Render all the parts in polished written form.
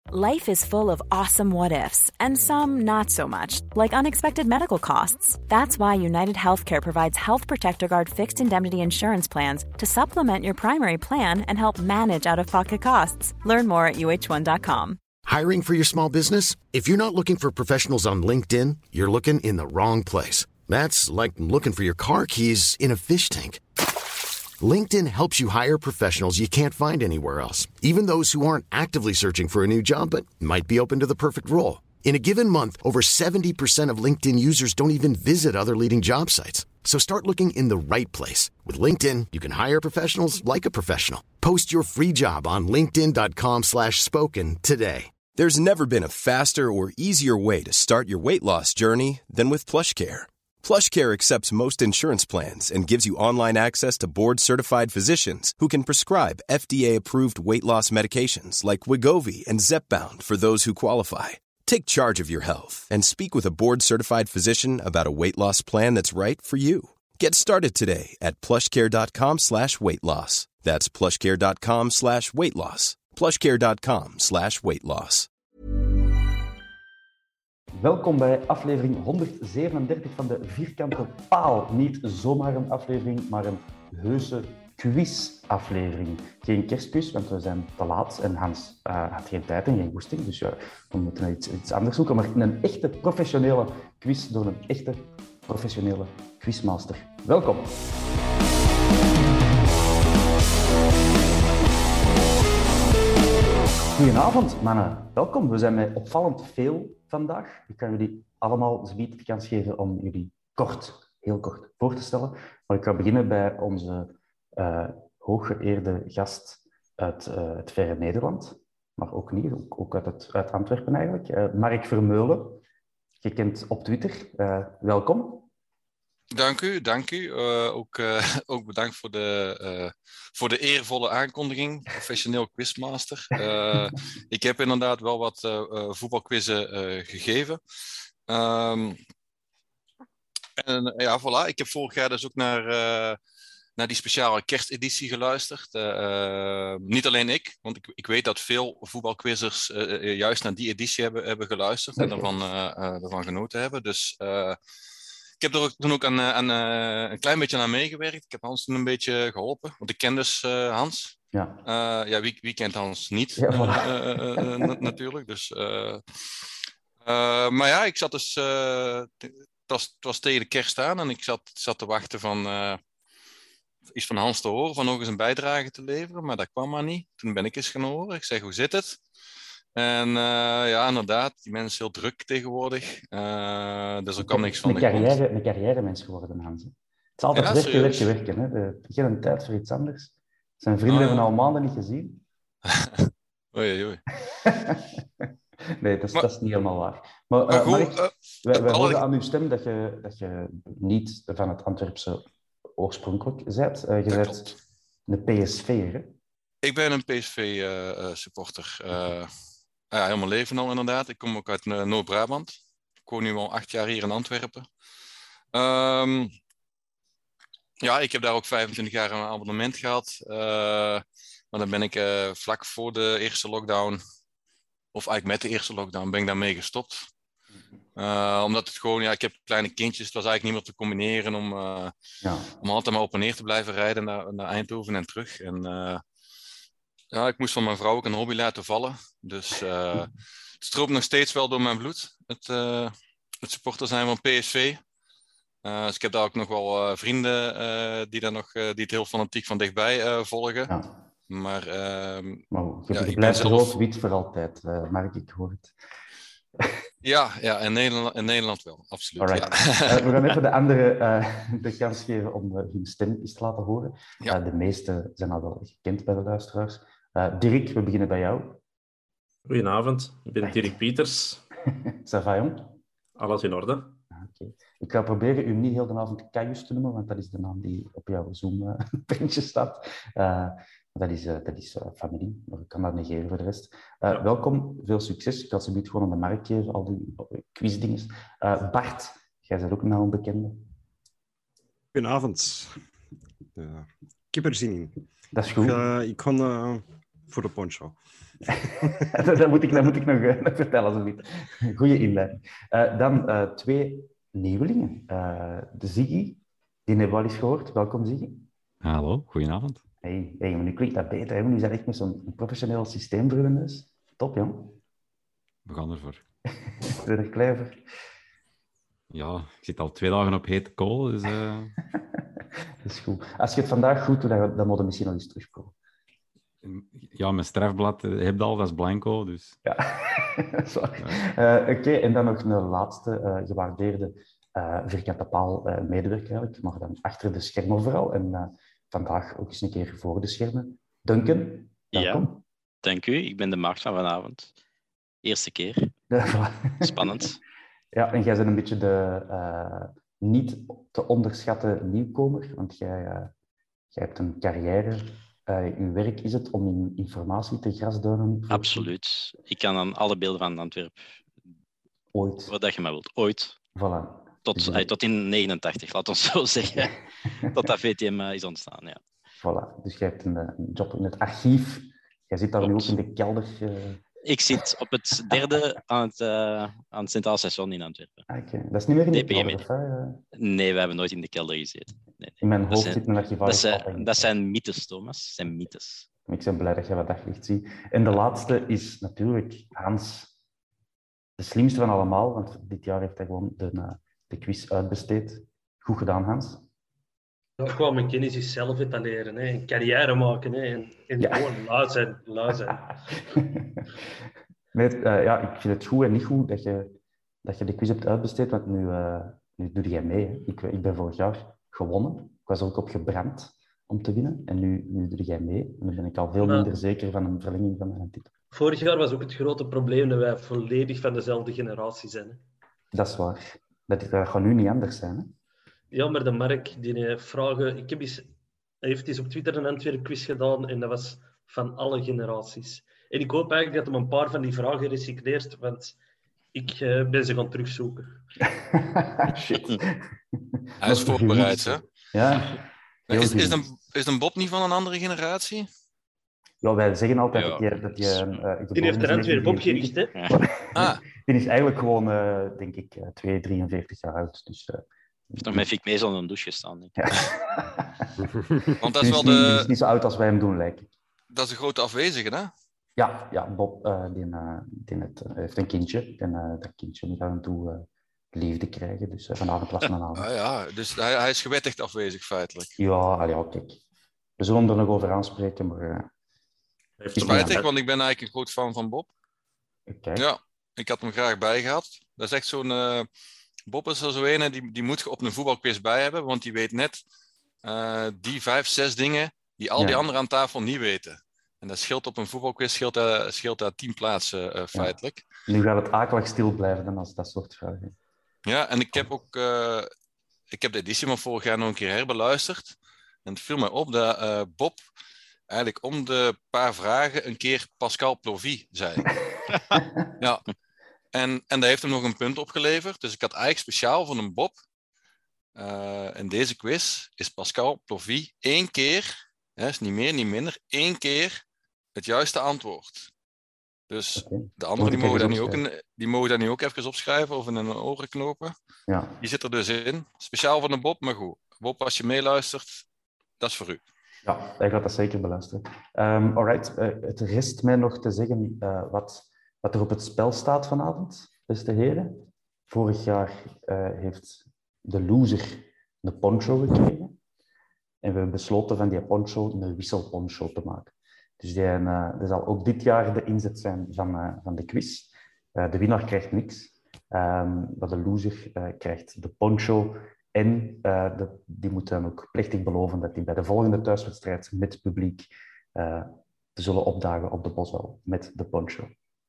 Life is full of awesome what-ifs, and some not so much, like unexpected medical costs. That's why United Healthcare provides Health Protector Guard fixed indemnity insurance plans to supplement your primary plan and help manage out-of-pocket costs. Learn more at uh1.com. Hiring for your small business? If you're not looking for professionals on LinkedIn, you're looking in the wrong place. That's like looking for your car keys in a fish tank. LinkedIn helps you hire professionals you can't find anywhere else, even those who aren't actively searching for a new job but might be open to the perfect role. In a given month, over 70% of LinkedIn users don't even visit other leading job sites. So start looking in the right place. With LinkedIn, you can hire professionals like a professional. Post your free job on linkedin.com/spoken today. There's never been a faster or easier way to start your weight loss journey than with PlushCare. PlushCare accepts most insurance plans and gives you online access to board-certified physicians who can prescribe FDA-approved weight loss medications like Wegovy and Zepbound for those who qualify. Take charge of your health and speak with a board-certified physician about a weight loss plan that's right for you. Get started today at plushcare.com/weightloss. That's plushcare.com/weightloss. plushcare.com/weightloss. Welkom bij aflevering 137 van de Vierkante Paal. Niet zomaar een aflevering, maar een heuse quizaflevering. Geen kerstquiz, want we zijn te laat en Hans had geen tijd en geen goesting. Dus we moeten iets anders zoeken. Maar een echte professionele quiz door een echte professionele quizmaster. Welkom. Goedenavond, mannen. Welkom. We zijn met opvallend veel vandaag. Ik kan jullie allemaal zometeen de kans geven om jullie heel kort voor te stellen. Maar ik ga beginnen bij onze hooggeëerde gast uit het verre Nederland. Maar ook niet, ook uit Antwerpen eigenlijk. Mark Vermeulen, gekend op Twitter. Welkom. Dank u. Ook bedankt voor de eervolle aankondiging, professioneel quizmaster. Ik heb inderdaad wel wat voetbalquizzen gegeven. En ja, voilà. Ik heb vorig jaar dus ook naar die speciale kersteditie geluisterd. Niet alleen ik, want ik weet dat veel voetbalquizzers juist naar die editie hebben geluisterd en ervan genoten hebben. Dus... ik heb er toen ook een klein beetje aan meegewerkt. Ik heb Hans toen een beetje geholpen. Want ik ken dus Hans. Ja. Wie kent Hans niet? Ja, voilà. Natuurlijk. Dus, maar ja, ik zat dus... het was tegen de kerst aan. En ik zat te wachten van... iets van Hans te horen. Van nog eens een bijdrage te leveren. Maar dat kwam maar niet. Toen ben ik eens gaan horen. Ik zeg, hoe zit het? En ja, inderdaad, die mensen heel druk tegenwoordig. Dus er kan niks van de grond. Een carrière-mens geworden, Hans. Het is altijd werken. Hè? Geen tijd voor iets anders. Zijn vrienden hebben al maanden niet gezien. Oei. Nee, dat is niet helemaal waar. Maar Mark, wij horen aan uw stem dat je niet van het Antwerpse oorspronkelijk bent. Je bent een PSV'er, hè? Ik ben een PSV-supporter. Ja, heel mijn leven al inderdaad. Ik kom ook uit Noord-Brabant. Ik woon nu al 8 jaar hier in Antwerpen. Ja, ik heb daar ook 25 jaar een abonnement gehad. Maar dan ben ik vlak voor de eerste lockdown, of eigenlijk met de eerste lockdown, ben ik daarmee gestopt. Omdat het gewoon, ik heb kleine kindjes, het was eigenlijk niet meer te combineren om altijd maar op en neer te blijven rijden naar Eindhoven en terug. En ja, ik moest van mijn vrouw ook een hobby laten vallen. Dus het stroomt nog steeds wel door mijn bloed. Het supporter zijn van PSV. Dus ik heb daar ook nog wel vrienden die het heel fanatiek van dichtbij volgen. Ja. Maar je blijft rood-wit voor altijd, Mark, ik hoor het. Ja, in Nederland wel, absoluut. Ja. We gaan even de anderen de kans geven om hun stem eens te laten horen. Ja. De meeste zijn al wel gekend bij de luisteraars. Dirk, we beginnen bij jou. Goedenavond, ik ben Dirk Pieters. Ça va, jong? Alles in orde. Okay. Ik ga proberen u niet heel de avond Caius te noemen, want dat is de naam die op jouw Zoom-printje staat. Dat is familie, maar ik kan dat negeren voor de rest. Welkom, veel succes. Ik ga alsjeblieft gewoon aan de markt geven, al die quizdingen. Bart, jij bent ook een onbekende. Goedenavond. Ik heb er zin in. Dat is goed. Ik ga voor de poncho. Dat moet ik nog vertellen, zoiets. Goeie inleiding. Dan 2 nieuwelingen. De Ziggy, die hebben we al eens gehoord. Welkom, Ziggy. Hallo, goedenavond. Hey, maar nu klinkt dat beter. Hè? Nu zijn echt met zo'n professioneel systeem voor de neus. Top, jong. We gaan ervoor. Ben je er klaar voor? Ja, ik zit al 2 dagen op hete kool, dus... Dat is goed. Als je het vandaag goed doet, dan moet je misschien nog eens terugkomen. Ja, mijn strafblad heb je al, dat is blanco, dus... Ja, sorry. Oké, en dan nog een laatste gewaardeerde vierkante paal medewerker eigenlijk, maar dan achter de schermen vooral. En vandaag ook eens een keer voor de schermen. Duncan, welkom. Ja, dank u. Ik ben de maagd van vanavond. Eerste keer. Spannend. Ja, en jij bent een beetje de niet te onderschatten nieuwkomer, want jij hebt een carrière. Uw werk is het om informatie te grasduinen? Absoluut. Ik kan aan alle beelden van Antwerpen. Ooit. Wat dat je maar wilt. Ooit. Voilà. Tot in 89, laat ons zo zeggen. Tot dat VTM is ontstaan, ja. Voilà. Dus jij hebt een job in het archief. Jij zit daar Klopt. nu ook in de kelder. Ik zit op het 3e aan het Centraal Station in Antwerpen. Okay. Dat is niet meer in de DPM. kelder, of, hè? Nee, we hebben nooit in de kelder gezeten. Nee. In mijn Dat hoofd zijn- zit een archivaris. Dat zijn mythes, Thomas. Dat zijn mythes. Ik ben blij dat je wat daglicht ziet. En de laatste is natuurlijk Hans. De slimste van allemaal, want dit jaar heeft hij gewoon de quiz uitbesteed. Goed gedaan, Hans. Ja, ik wou mijn kennis zelf etaleren, hè. Een carrière maken, hè. En Ja. gewoon lui zijn. Nee, ik vind het goed en niet goed dat je de quiz hebt uitbesteed, want nu doe jij mee. Hè. Ik ben vorig jaar gewonnen. Ik was er ook op gebrand om te winnen. En nu doe jij mee. En dan ben ik al veel Maar- minder zeker van een verlenging van mijn titel. Vorig jaar was ook het grote probleem dat wij volledig van dezelfde generatie zijn. Hè. Dat is waar. Dat gaat nu niet anders zijn. Hè? Ja, maar de Mark, die vragen... Hij heeft eens op Twitter een Antwerp-quiz gedaan en dat was van alle generaties. En ik hoop eigenlijk dat hij een paar van die vragen recycleert, want ik ben ze gaan terugzoeken. Shit. Hij is voorbereid, hè? Ja. Heel Is goed. een Bob niet van een andere generatie? Ja, wij zeggen altijd Ja. dat je... Die heeft er Antwerp opgericht, hè? Ah, Die is eigenlijk gewoon, denk ik, 43 jaar oud. Dus, Heeft nog met Fik mee onder een douche gestaan. Denk ik. want dat is wel die is niet zo oud als wij hem doen, lijkt het. dat is de grote afwezige, hè? Ja, Bob heeft een kindje. En dat kindje moet af en toe liefde krijgen. Dus vanavond was mijn avond. Ah, ja, dus hij is gewettigd afwezig, feitelijk. Ja, kijk. We zullen er nog over aanspreken, maar... Heeft Is er Spijtig, maar- want ik ben eigenlijk een groot fan van Bob. kijk. Ja, ik had hem graag bij gehad. Dat is echt zo'n... Bob is er zo een, die moet je op een voetbalquiz bij hebben, want die weet net die 5, 6 dingen die al die Ja. anderen aan tafel niet weten. En dat scheelt op een voetbalquiz scheelt dat 10 plaatsen feitelijk. Nu gaat het akelig stil blijven dan als dat soort vragen. Ja, en ik heb ook ik heb de editie van vorig jaar nog een keer herbeluisterd. En het viel mij op dat Bob eigenlijk om de paar vragen een keer Pascal Plovy zei. Ja. En dat heeft hem nog een punt opgeleverd. Dus ik had eigenlijk speciaal van een Bob. In deze quiz is Pascal Plovy 1 keer, is niet meer, niet minder, 1 keer het juiste antwoord. Dus Oké. de anderen Moet die ik mogen, even die mogen dat nu ook even opschrijven of in hun oren knopen. Ja. Die zit er dus in. Speciaal van een Bob, maar goed. Bob, als je meeluistert, dat is voor u. Ja, hij gaat dat zeker beluisteren. Alright, het rest mij nog te zeggen wat er op het spel staat vanavond, beste heren. Vorig jaar heeft de loser een poncho gekregen. En we hebben besloten van die poncho een wisselponcho te maken. Dus dat zal ook dit jaar de inzet zijn van de quiz. De winnaar krijgt niks. Maar de loser krijgt de poncho. En die moet dan ook plechtig beloven dat hij bij de volgende thuiswedstrijd met publiek te zullen opdagen op de Boswel met de poncho.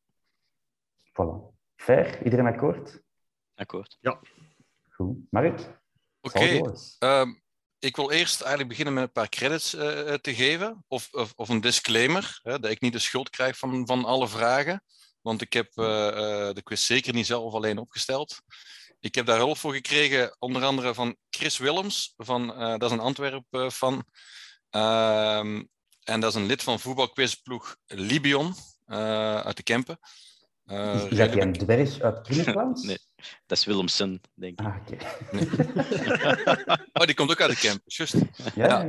Voilà. Fair? Iedereen akkoord? Akkoord. Goed. Mark? Oké. Ik wil eerst eigenlijk beginnen met een paar credits te geven. Of een disclaimer, dat ik niet de schuld krijg van alle vragen. Want ik heb de quiz zeker niet zelf alleen opgesteld. Ik heb daar hulp voor gekregen, onder andere van Chris Willems. Dat is een Antwerp van. En dat is een lid van voetbalquizploeg Libion uit de Kempen. Is dat een dwerg uit Krimland? Nee, dat is Willemsen, denk ik. Ah, oké. Oh, die komt ook uit de Kempen, juist. Ja.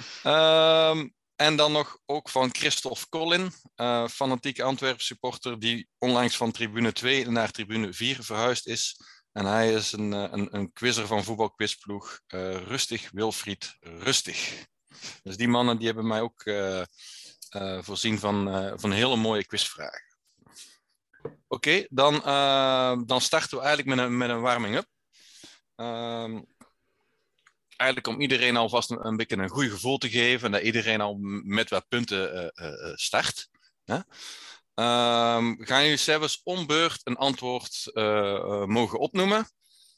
En dan nog ook van Christophe Collin, fanatieke Antwerp supporter, die onlangs van tribune 2 naar tribune 4 verhuisd is. En hij is een quizzer van voetbalquizploeg Rustig Wilfried Rustig. Dus die mannen die hebben mij ook voorzien van hele mooie quizvragen. Oké, dan starten we eigenlijk met een warming-up. Eigenlijk om iedereen alvast een beetje een goed gevoel te geven en dat iedereen al met wat punten start. Gaan jullie zelfs om beurt een antwoord mogen opnoemen.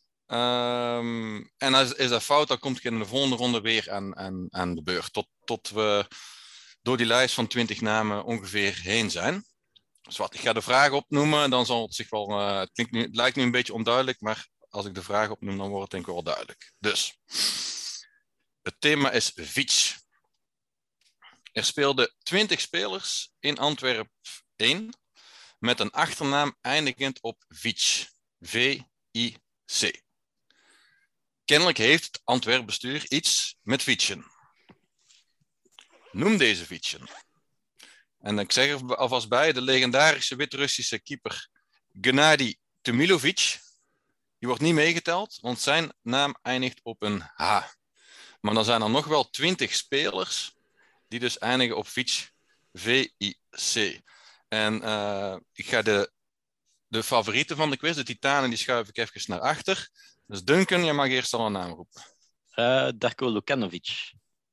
En is dat fout, dan komt je in de volgende ronde weer aan de beurt. Tot we door die lijst van 20 namen ongeveer heen zijn. Dus wat, ik ga de vragen opnoemen, dan zal het zich wel... het lijkt nu een beetje onduidelijk, maar als ik de vragen opnoem, dan wordt het denk ik wel duidelijk. Dus, het thema is Vitsch. Er speelden 20 spelers in Antwerp 1 met een achternaam eindigend op Vitsch. V-I-C. Kennelijk heeft het Antwerp bestuur iets met fietsen. Noem deze fietsen. En ik zeg er alvast bij, de legendarische Wit-Russische keeper Gennady Tumilovic, die wordt niet meegeteld, want zijn naam eindigt op een H. Maar dan zijn er nog wel 20 spelers die dus eindigen op Vitsch, V-I-C. En ik ga de favorieten van de quiz, de titanen, die schuif ik even naar achter. Dus Duncan, je mag eerst al een naam roepen. Darko Lukanovic.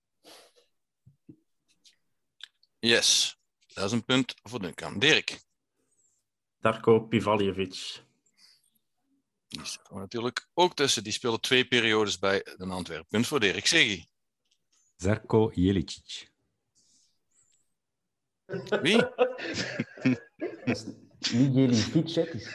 Yes, dat is een punt voor Duncan. Dirk. Darko Pivaljevic. Die staat er natuurlijk ook tussen. Die speelde 2 periodes bij de Antwerpen. Punt voor Dirk. Segi. Žarko Jelicic. Wie? Niet Jelicic, het is...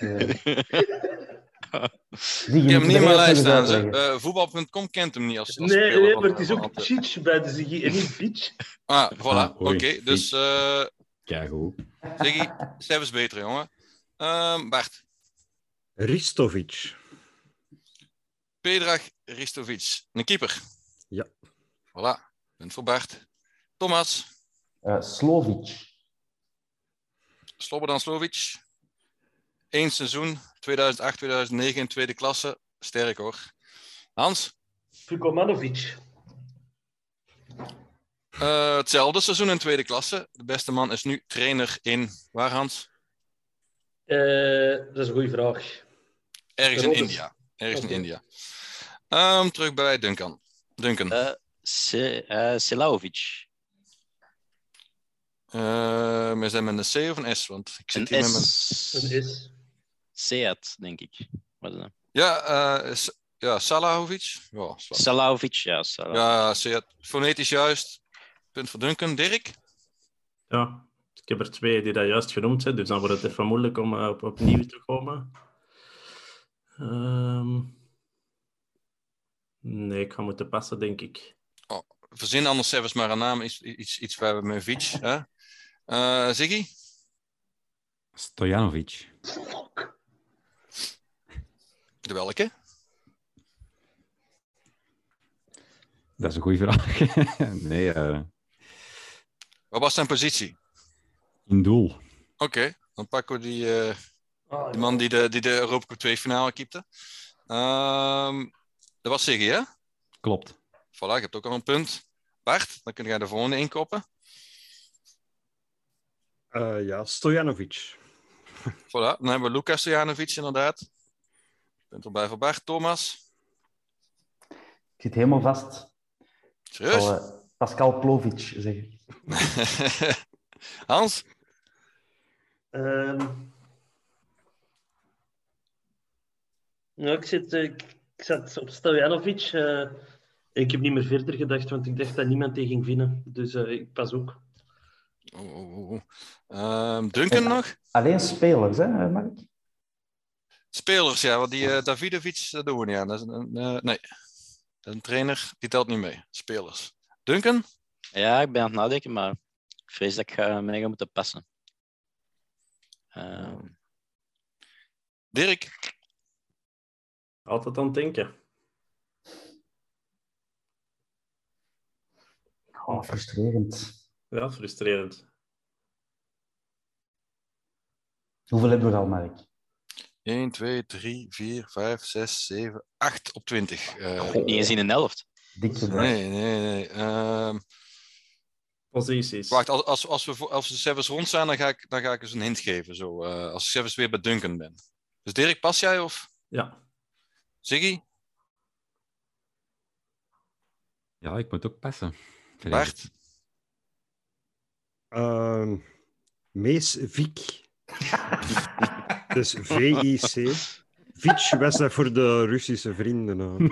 Ik heb hem niet in mijn lijst staan. Voetbal.com kent hem niet als nee, speler maar het is ook Antwerpen. Cic bij de Ziggy en niet Vitsch. Ah, voilà. Oei, Oké, dus Kijk hoe. Segi, Stef is beter, jongen. Bart. Ristovic. Predrag Ristovic. Een keeper. Ja. Voilà. Punt voor Bart. Thomas. Slovic. Slobodan Slovic. 1 seizoen, 2008, 2009 in tweede klasse. Sterk hoor. Hans? Vukomanovic. Hetzelfde seizoen in tweede klasse. De beste man is nu trainer in... Waar, Hans? Dat is een goede vraag. Ergens in Robert. India. Ergens Oké. in India. Terug bij Duncan. Selaovic. We zijn met een C of een S? Want ik zit Een hier met mijn... S. Een S. Seat, denk ik. Wat is dat? Ja, Salahovic. Ja, Salaovic, ja. Salaovic. ja, Seat. Fonetisch juist. Punt voor Duncan. Dirk? Ja, ik heb er 2 die dat juist genoemd zijn, dus dan wordt het even moeilijk om opnieuw te komen. Nee, ik ga moeten passen, denk ik. Verzin anders zelfs maar een naam. Iets waar we met Vic. Ziggy? Stojanovic. De welke? Dat is een goede vraag. Nee, Wat was zijn positie? in doel. Oké, dan pakken we die man die de Europa Cup 2 finale keepte. Dat was Siggy, hè? Klopt. Voilà, je hebt ook al een punt. Bart, dan kun jij de volgende inkoppen. Ja, Stojanovic. Voilà, dan hebben we Luka Stojanovic inderdaad. Punt erbij voor Bart. Thomas? Ik zit helemaal vast. Ik Serieus? zal Pascal Plovic zeggen. Hans? Ja, ik zat op Stojanovic. Ik heb niet meer verder gedacht, want ik dacht dat niemand die ging winnen. Dus ik pas ook. Duncan nog? Alleen spelers, hè, Mark? Spelers, ja. Want die Davidovic, dat doen we niet aan. Dat is nee, dat is een trainer, die telt niet mee. Spelers. Duncan? Ja, ik ben aan het nadenken, maar vrees dat ik mij ga moeten passen. Dirk? Altijd aan het denken. Oh, frustrerend. Ja, frustrerend. Hoeveel hebben we er al, Mark? 1, 2, 3, 4, 5, 6, 7, 8 op 20. Niet eens in een helft. Dik gedaan. Nee. Posities. Wacht, als de servers rond zijn, dan ga ik eens een hint geven. Zo, als de servers weer bij Duncan ben. Dus Dirk, pas jij of? Ja. Ziggy? Ja, ik moet ook passen. Bart? Mees Vic. Dus V-I-C. Vic was dat voor de Russische vrienden.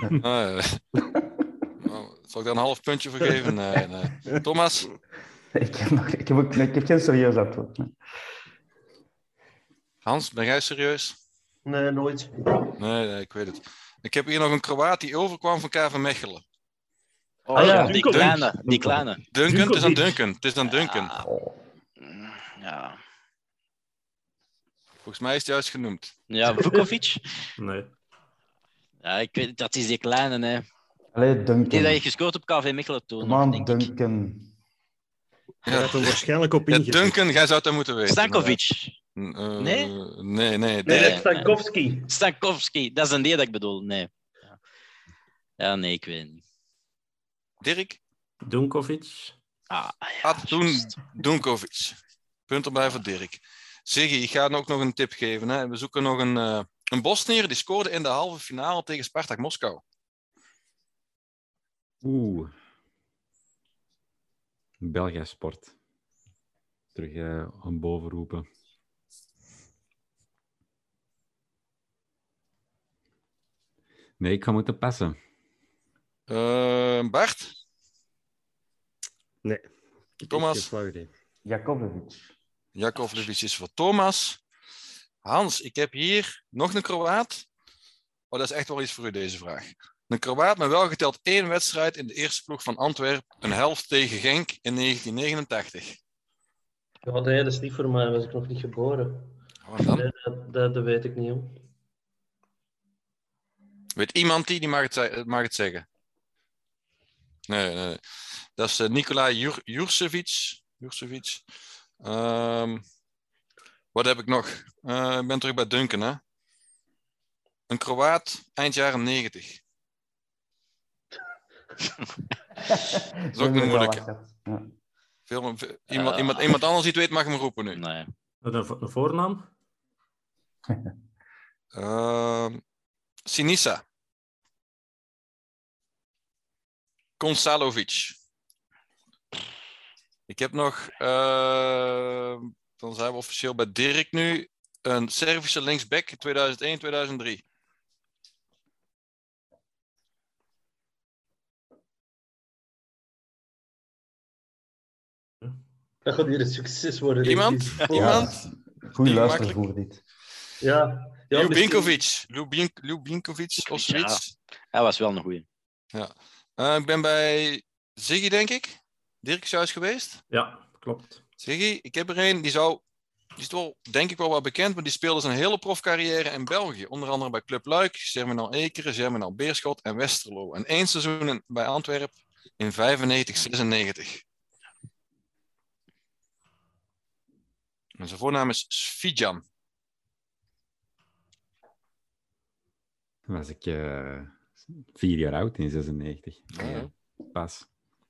Zal ik daar een half puntje voor geven? Nee. Thomas? Ik heb geen serieus antwoord. Nee. Hans, ben jij serieus? Nee, nooit. Nee, ik weet het. Ik heb hier nog een Kroaat die overkwam van KV Mechelen. Die kleine. Duncan, het is een Duncan. Ja. Volgens mij is het juist genoemd. Ja, Vukovic? Nee. Ja, ik weet, dat is die kleine, hè. Allee, Duncan. Die dat je gescoord op KV Mechelen toen. Come on, denk ik. Duncan. Hij had er waarschijnlijk op Ja, ingezet. Duncan, jij zou het moeten weten. Stankovic. Nee? Nee. Nee, dat is Stankowski. Stankovski, dat is een die dat ik bedoel. Nee. Ja, nee, ik weet het niet. Dirk? Dunkovic. Dunkovic. Punt erbij voor Dirk. Ziggy, ik ga ook nog een tip geven. Hè. We zoeken nog een Bosnier die scoorde in de halve finale tegen Spartak Moskou. België Sport. Terug aan boven roepen. Nee, ik ga moeten passen. Bart? Nee. Thomas? Jakovlevic is voor Thomas. Hans, ik heb hier nog een Kroaat. Oh, dat is echt wel iets voor u, deze vraag. Een Kroaat met wel geteld 1 wedstrijd in de eerste ploeg van Antwerpen. Een helft tegen Genk in 1989. Ja, nee, dat is niet voor mij. Was ik nog niet geboren. Wat dan? Nee, dat weet ik niet, hoor. Weet iemand die mag het zeggen? Nee. Dat is Nikola Jurcevic. Wat heb ik nog? Ik ben terug bij Duncan, hè? Een Kroaat, eind jaren 90. Dat is ook een moeilijke. Ja. Iemand anders die het weet, mag hem roepen nu. Nee. Een voornaam? Sinisa. Konsalovic. Ik heb nog, dan zijn we officieel bij Dirk nu, een Servische linksback 2001-2003. Dat gaat hier een succes worden. Iemand? Goeie luister voor dit. Ja. Lubinkovic of zoiets. Ja, hij was wel een goeie. Ja. Ik ben bij Ziggy, denk ik. Dirk is juist geweest. Ja, klopt. Ziggy, ik heb er een, die is wel, denk ik wel wat bekend, maar die speelde zijn hele profcarrière in België. Onder andere bij Club Luik, Germinal Ekeren, Germinal Beerschot en Westerlo. En 1 seizoen bij Antwerpen in 95-96. En zijn voornaam is Svidjan. Toen was ik 4 jaar oud in 96. Ja. Pas.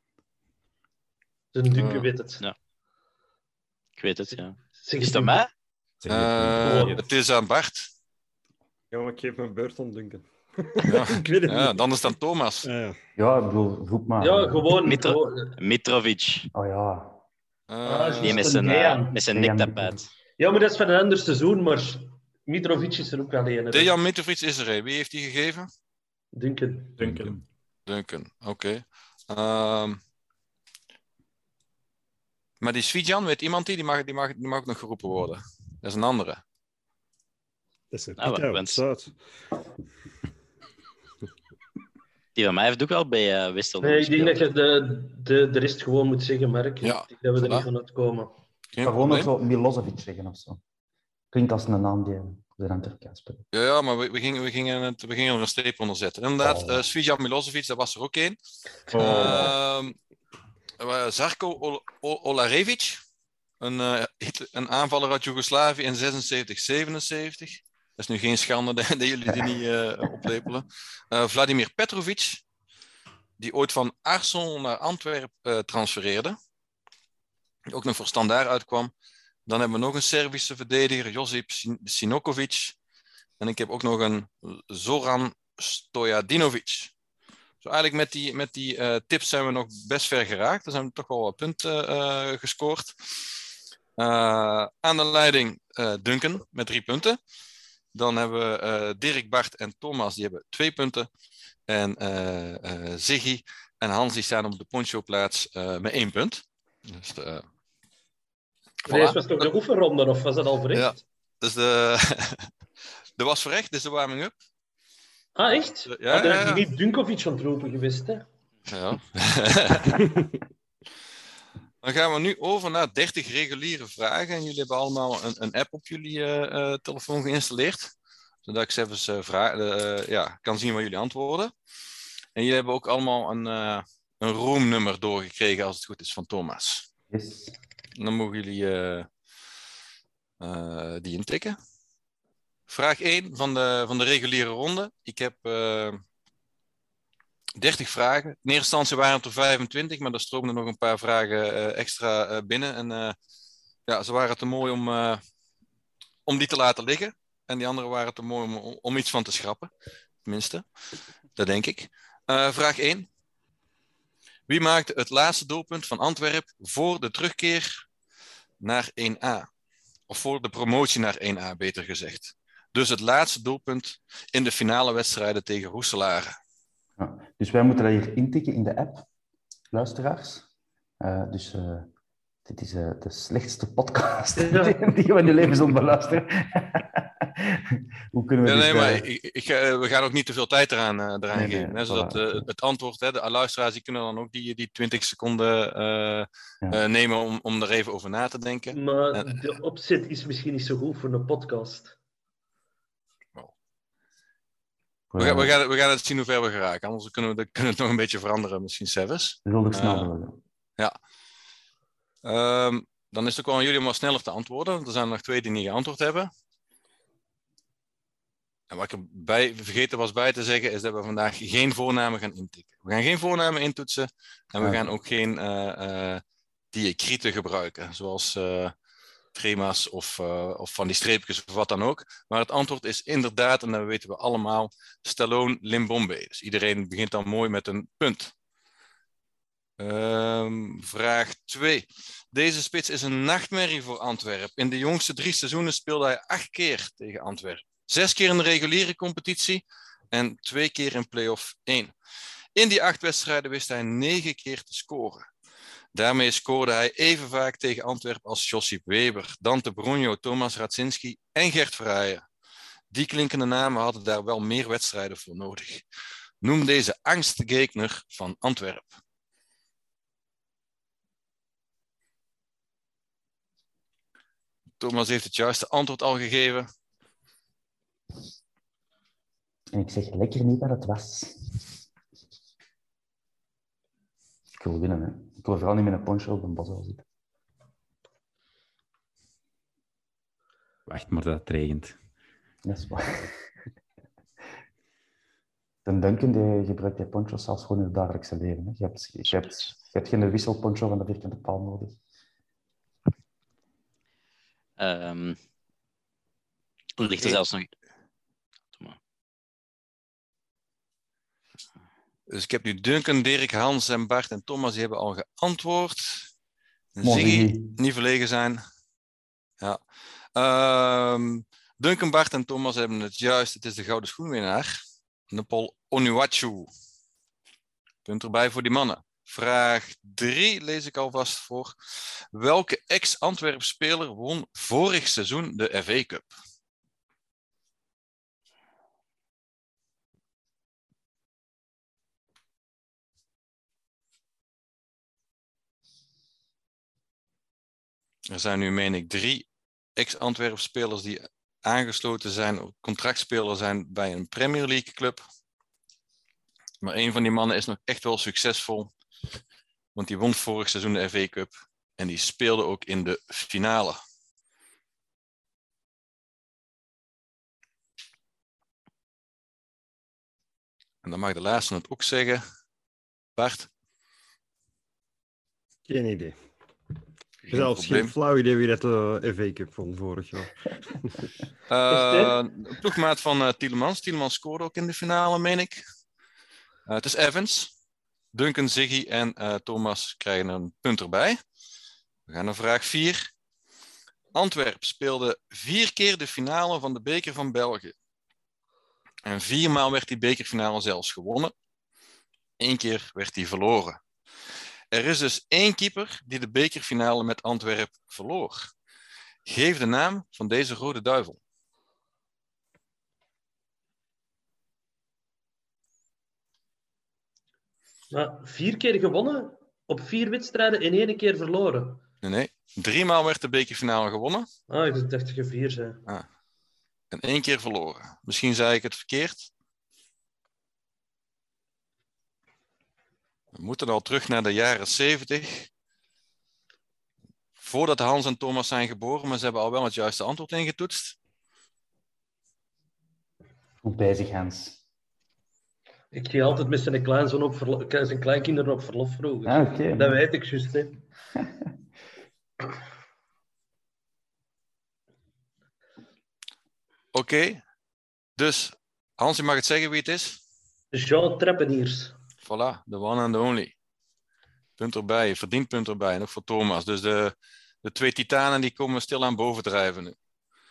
De Duncan weet het. Ja. Ik weet het, ja. Zeg Is het dat mij? Het is aan Bart. Ja, maar ik geef mijn beurt aan Duncan. Ja. Ik weet het niet. Dan is het aan Thomas. Ja, ik bedoel, roep maar. Ja, gewoon. Mitrovic. Oh ja. Die met zijn nektapijt. Ja, maar dat is van een ander seizoen, maar Mitrovic is er ook wel een. Dejan Mitrovic is er een. Wie heeft die gegeven? Duncan. Oké. Maar die Svidjan, weet iemand die mag ook nog geroepen worden? Dat is een andere. Dat is een Ah, Pieter wens. Zuid. Die van mij heeft ook wel bij Westerlo Nee, ik denk gespeeld. dat je de rest gewoon moet zeggen, Mark. Ja, Ik denk dat we er voilà. niet van uitkomen. Geen Ik kan gewoon nog probleem. zo Milosevic zeggen of zo. Klinkt als een naam die de Antwerp kan spelen. Ja, maar we gingen er een streep onder zetten. Inderdaad, Oh. Svijan Milosevic, dat was er ook één. Zarko Olarevic, een aanvaller uit Joegoslavië in 76, 77. Dat is nu geen schande dat jullie die niet oplepelen. Vladimir Petrovic, die ooit van Arsenal naar Antwerpen transfereerde. Die ook nog voor Standaard uitkwam. Dan hebben we nog een Servische verdediger, Josip Sinokovic. En ik heb ook nog een Zoran Stojadinovic. Zo eigenlijk met die tips zijn we nog best ver geraakt. Er zijn toch wel wat punten gescoord. Aan de leiding Duncan met 3 punten. Dan hebben we Dirk, Bart en Thomas, die hebben 2 punten. En Ziggy en Hans die staan op de poncho-plaats met 1 punt. Dus Deze was toch de oefenronde, of was dat al verricht? Ja, dus de was verrecht, dus de warming-up. Ah, echt? Ja, Er is niet Dunkovic aan het roepen geweest, hè? Ja. Dan gaan we nu over naar 30 reguliere vragen. En jullie hebben allemaal een app op jullie telefoon geïnstalleerd. Zodat ik zelfs kan zien wat jullie antwoorden. En jullie hebben ook allemaal een roomnummer doorgekregen, als het goed is, van Thomas. Yes. Dan mogen jullie die intikken. Vraag 1 van de reguliere ronde. Ik heb 30 vragen. In eerste instantie waren het er 25, maar er stroomden nog een paar vragen extra binnen. En ze waren te mooi om die te laten liggen. En die andere waren te mooi om iets van te schrappen. Tenminste, dat denk ik. Vraag 1. Wie maakte het laatste doelpunt van Antwerpen voor de terugkeer naar 1A? Of voor de promotie naar 1A, beter gezegd. Dus het laatste doelpunt in de finale wedstrijden tegen Roeselare. Ja, dus wij moeten dat hier intikken in de app, luisteraars. Dit is de slechtste podcast die we in je leven zullen beluisteren. Hoe kunnen we we gaan ook niet te veel tijd eraan geven. Nee, zodat het antwoord, de luisteraars die kunnen dan ook die 20 seconden nemen om er even over na te denken. Maar de opzet is misschien niet zo goed voor een podcast. We gaan het zien hoe ver we geraken. Anders kunnen we het nog een beetje veranderen, misschien zelfs. Dat wil ik snel doen. Ja. Dan is het ook wel aan jullie om wat sneller te antwoorden. Want er zijn er nog 2 die niet geantwoord hebben. En wat ik vergeten was bij te zeggen, is dat we vandaag geen voornamen gaan intikken. We gaan geen voornamen intoetsen. En we gaan ook geen diacrieten gebruiken. Zoals trema's of van die streepjes of wat dan ook. Maar het antwoord is inderdaad, en dat weten we allemaal, Stallone Limbombe. Dus iedereen begint dan mooi met een punt. Vraag 2. Deze spits is een nachtmerrie voor Antwerpen. In de jongste 3 seizoenen speelde hij 8 keer tegen Antwerpen. 6 keer in de reguliere competitie en 2 keer in play-off 1. In die 8 wedstrijden wist hij 9 keer te scoren. Daarmee scoorde hij even vaak tegen Antwerpen als Josip Weber, Dante Brugno, Thomas Radzinski en Gert Verheijen. Die klinkende namen hadden daar wel meer wedstrijden voor nodig. Noem deze angstgegner van Antwerpen. Thomas heeft het juiste antwoord al gegeven. En ik zeg lekker niet wat het was. Ik wil winnen, hè. Ik wil vooral niet met een poncho op een bos zitten. Wacht maar dat het regent. Dat is waar. Ten Duncan die gebruikt die poncho's zelfs gewoon in het dagelijkse leven. Hè. Je hebt geen wisselponcho van de vierkante paal nodig. Ligt er zelfs nog... Dus ik heb nu Duncan, Dirk, Hans en Bart en Thomas, die hebben al geantwoord. Mooi. Ziggy, niet verlegen zijn. Ja. Duncan, Bart en Thomas hebben het juist. Het is de gouden schoenwinnaar. Nepal Onuachu. Punt erbij voor die mannen. Vraag 3 lees ik alvast voor. Welke ex-Antwerp-speler won vorig seizoen de FA Cup? Er zijn nu, meen ik, 3 ex-Antwerp-spelers die aangesloten zijn, contractspeler zijn bij een Premier League club. Maar een van die mannen is nog echt wel succesvol. Want die won vorig seizoen de FA Cup. En die speelde ook in de finale. En dan mag de laatste het ook zeggen. Bart? Geen idee. Geen Zelfs probleem. geen flauw idee wie dat de FA Cup vond vorig jaar. Een ploegmaat van Tielemans. Tielemans scoorde ook in de finale, meen ik. Het is Evans. Duncan, Ziggy en Thomas krijgen een punt erbij. We gaan naar vraag 4. Antwerp speelde 4 keer de finale van de beker van België. En 4 maal werd die bekerfinale zelfs gewonnen. 1 keer werd die verloren. Er is dus 1 keeper die de bekerfinale met Antwerp verloor. Geef de naam van deze rode duivel. Maar 4 keer gewonnen, op 4 wedstrijden en 1 keer verloren. Nee. 3 maal werd de bekerfinale gewonnen. Ik dacht dat je 4 zei. En 1 keer verloren. Misschien zei ik het verkeerd. We moeten al terug naar de jaren 70. Voordat Hans en Thomas zijn geboren, maar ze hebben al wel het juiste antwoord ingetoetst. Goed bezig, Hans. Ik ging altijd met zijn kleinzoon op zijn kleinkinderen op verlof vroeger. Oké. Dat weet ik juist, hè. Oké. Dus, Hans, je mag het zeggen wie het is. Jean Treppeniers. Voilà, the one and only. Punt erbij, verdiend punt erbij. Nog voor Thomas. Dus de 2 titanen die komen stilaan bovendrijven nu.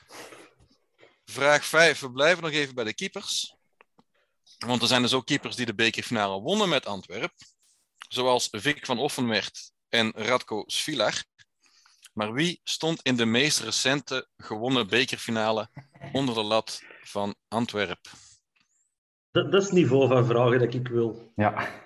Vraag 5. We blijven nog even bij de keepers. Want er zijn dus ook keepers die de bekerfinale wonnen met Antwerp. Zoals Vic van Offenwert en Radko Svilar. Maar wie stond in de meest recente gewonnen bekerfinale onder de lat van Antwerp? Dat is het niveau van vragen dat ik wil. Ja.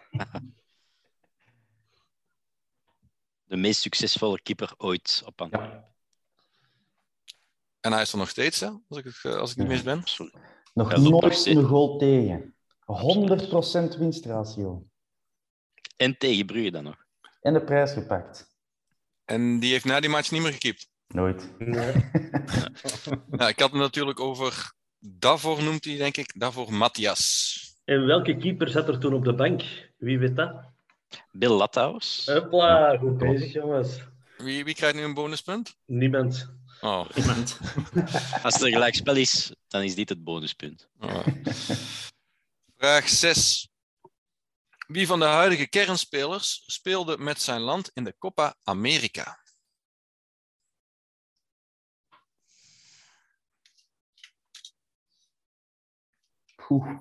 De meest succesvolle keeper ooit op Antwerp. Ja. En hij is er nog steeds, hè? Als ik niet mis ben. Nog Ja, dat nooit nog steeds. een goal tegen. 100% winstratio. En tegen Brugge dan nog. En de prijs gepakt. En die heeft na die match niet meer gekiept. Nooit. Nee. Nou, ik had hem natuurlijk over Davor, noemt hij, denk ik. Davor Matthias. En welke keeper zat er toen op de bank? Wie weet dat? Bill Latthaus. Hopla, goed bezig, jongens. Wie krijgt nu een bonuspunt? Niemand. Oh. Als het een gelijkspel is, dan is dit het bonuspunt. Oh. Vraag 6. Wie van de huidige kernspelers speelde met zijn land in de Copa America? Oeh.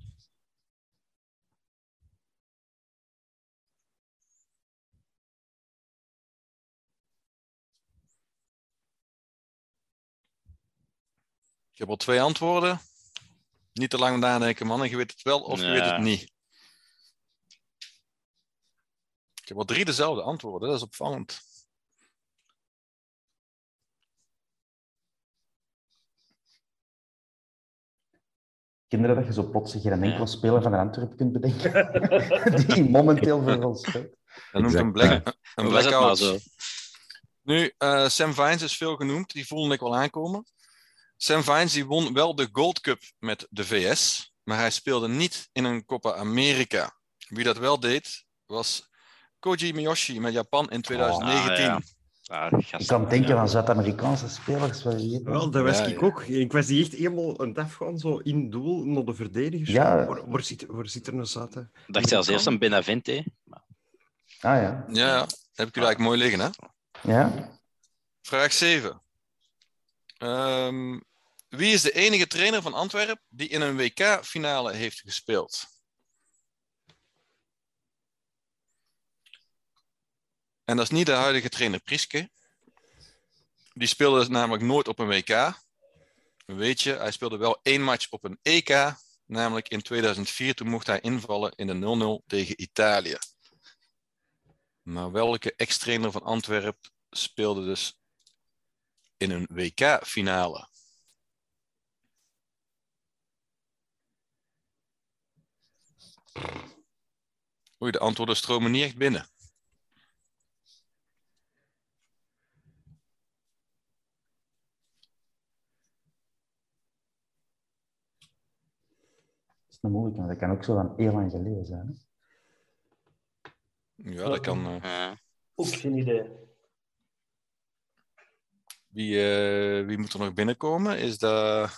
Ik heb al 2 antwoorden. Niet te lang nadenken, mannen. Je weet het wel of je weet het niet. Ik heb al 3 dezelfde antwoorden. Dat is opvallend. Kinderen dat je zo plots geen enkele speler van de Antwerp kunt bedenken. Die momenteel voor ons speelt. Dat noemt een Was het maar blackout. zo? Nu, Sam Vines is veel genoemd. Die voelde ik wel aankomen. Sam Vines die won wel de Gold Cup met de VS. Maar hij speelde niet in een Copa America. Wie dat wel deed, was Koji Miyoshi met Japan in 2019. Ik kan denken aan Zuid-Amerikaanse spelers. Wel, dat was ik ook. Ik was die echt helemaal aan het afgaan, zo in doel, naar de verdedigers. Ja. Waar zit er een Zuid? Ik dacht zelfs eerst aan Benavente. Ja, heb ik u eigenlijk mooi liggen, hè? Ja. Vraag 7. Wie is de enige trainer van Antwerp die in een WK-finale heeft gespeeld? En dat is niet de huidige trainer Priske. Die speelde namelijk nooit op een WK. Weet je, hij speelde wel 1 match op een EK. Namelijk in 2004, toen mocht hij invallen in de 0-0 tegen Italië. Maar welke ex-trainer van Antwerp speelde dus in een WK-finale? Oei, de antwoorden stromen niet echt binnen. Dat is nog moeilijk, want dat kan ook zo van heel lang geleden zijn. Hè? Ja, dat kan. Ook geen idee. Wie moet er nog binnenkomen? Is dat...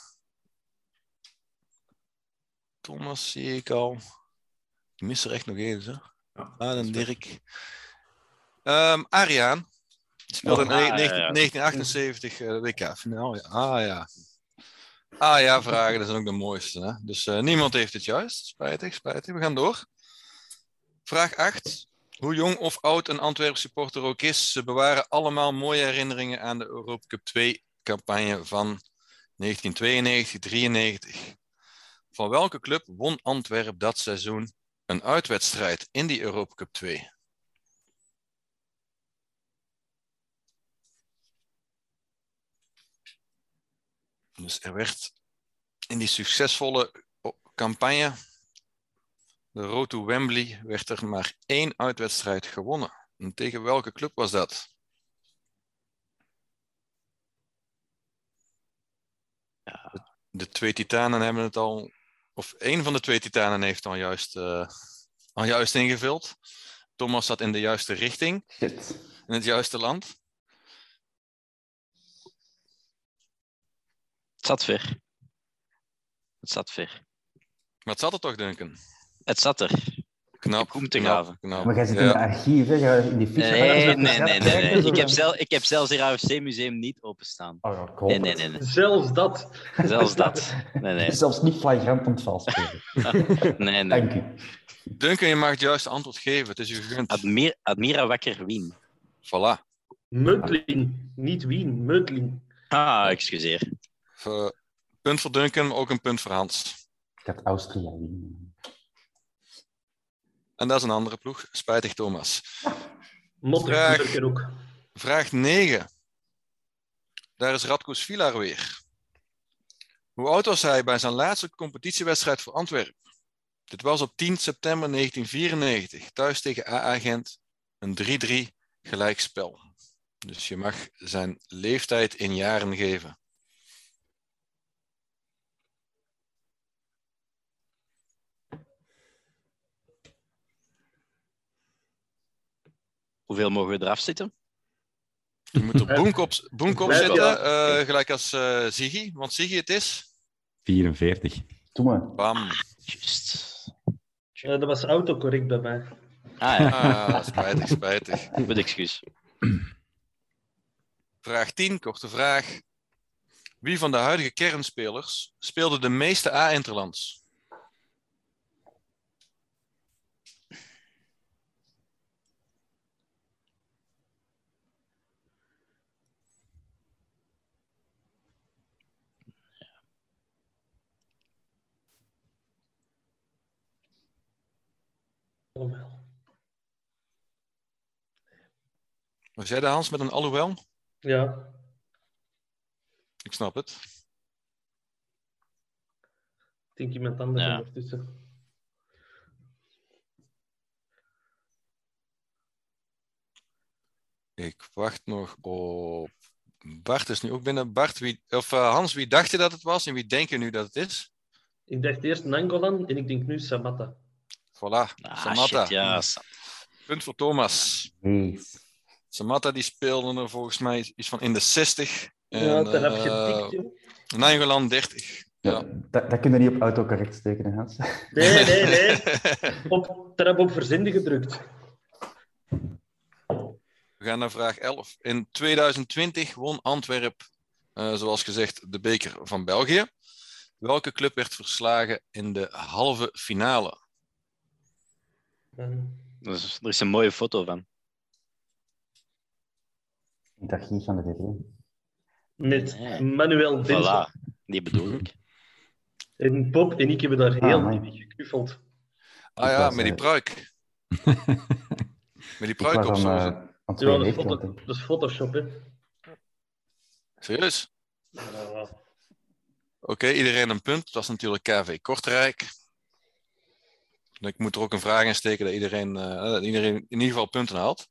Thomas zie ik al. Ik mis er echt nog eens. Hè? En Dirk. Ariaan. Die speelde in 1978 WK-finaal. Ja. Vragen, dat zijn ook de mooiste. Hè? Dus niemand heeft het juist. Spijtig. We gaan door. Vraag 8. Hoe jong of oud een Antwerpse supporter ook is, ze bewaren allemaal mooie herinneringen aan de Europa Cup 2-campagne van 1992-93. Van welke club won Antwerp dat seizoen een uitwedstrijd in die Europa Cup 2? Dus er werd in die succesvolle campagne, de Road to Wembley, werd er maar 1 uitwedstrijd gewonnen. En tegen welke club was dat? Ja. De 2 titanen hebben het al, of 1 van de 2 titanen heeft al juist ingevuld. Thomas zat in de juiste richting, Shit. in het juiste land. Het zat ver. Maar het zat er toch, Duncan? Het zat er. Knap. Goed te graven. Maar jij zit in het archief, hè? Ga je in die fiets. Nee. Ik heb zelfs het RAFC-museum niet openstaan. Oh, ja, ik hoop het. Nee. Zelfs dat. Zelfs dat. Nee. Zelfs niet flagrant om het vals spelen. Nee. Dank u. Duncan, je mag het juiste antwoord geven. Het is u gegund. Admira Wakker Wien. Voilà. Meutling. Niet Wien, Meutling. Excuseer. Punt voor Duncan, maar ook een punt voor Hans. Ik had Austria winnen. En dat is een andere ploeg. Spijtig, Thomas. Motter ook. Vraag 9. Daar is Radko Svilar weer. Hoe oud was hij bij zijn laatste competitiewedstrijd voor Antwerpen? Dit was op 10 september 1994. Thuis tegen AA Gent. Een 3-3 gelijkspel. Dus je mag zijn leeftijd in jaren geven. Hoeveel mogen we eraf zitten? Je moet er boenk op zitten, gelijk als Ziggy. Want Ziggy het is... 44. Doe maar. Bam. Juist. Dat was autocorrect bij mij. Spijtig. Goed excuus. Vraag 10, korte vraag. Wie van de huidige kernspelers speelde de meeste A-interlands? Was jij de Hans met een alhoewel? Ja. Ik snap het. Ik denk iemand anders ondertussen. Ik wacht nog op... Bart is nu ook binnen. Bart, Hans, wie dacht je dat het was en wie denk je nu dat het is? Ik dacht eerst Nangolan en ik denk nu Samatta. Voilà, Samatta. Shit, ja. Punt voor Thomas. Yes. Samatta die speelde er volgens mij iets van in de 60. Ja, dat heb je getikt, joh. Nainggolan 30. Ja. Dat kun je niet op autocorrect steken, hè, Hans. Nee. Trap op verzenden gedrukt. We gaan naar vraag 11. In 2020 won Antwerp, zoals gezegd, de beker van België. Welke club werd verslagen in de halve finale? Er is een mooie foto van. In het archief van de DV. Met Manuel Benson. Voilà, die bedoel ik. En Bob en ik hebben daar heel diep geknuffeld. Met die pruik. Met die pruik op zo. Ja, dat is Photoshop, hè. Serieus? Ja. Oké, iedereen een punt. Dat was natuurlijk KV Kortrijk. Ik moet er ook een vraag in steken dat iedereen in ieder geval punten haalt.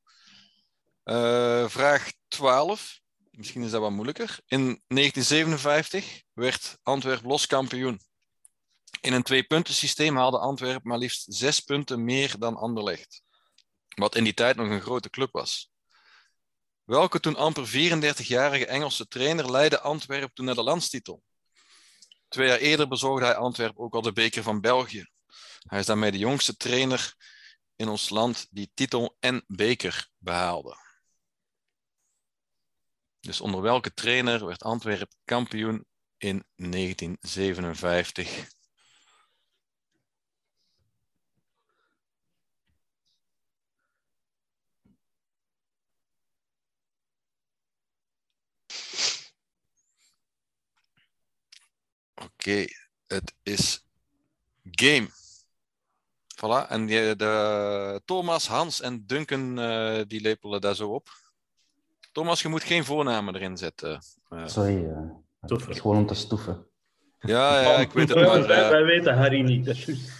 Vraag 12. Misschien is dat wat moeilijker. In 1957 werd Antwerp los kampioen. In een 2-puntensysteem haalde Antwerp maar liefst 6 punten meer dan Anderlecht. Wat in die tijd nog een grote club was. Welke toen amper 34-jarige Engelse trainer leidde Antwerp toen naar de landstitel? 2 jaar eerder bezorgde hij Antwerp ook al de beker van België. Hij is daarmee de jongste trainer in ons land die titel en beker behaalde. Dus onder welke trainer werd Antwerp kampioen in 1957? Oké, het is game. Voilà, en de Thomas, Hans en Duncan die lepelen daar zo op. Thomas, je moet geen voornamen erin zetten. Sorry, het is gewoon om te stoeven. Ja, ik weet het. Maar, wij weten Harry niet. Dat is juist.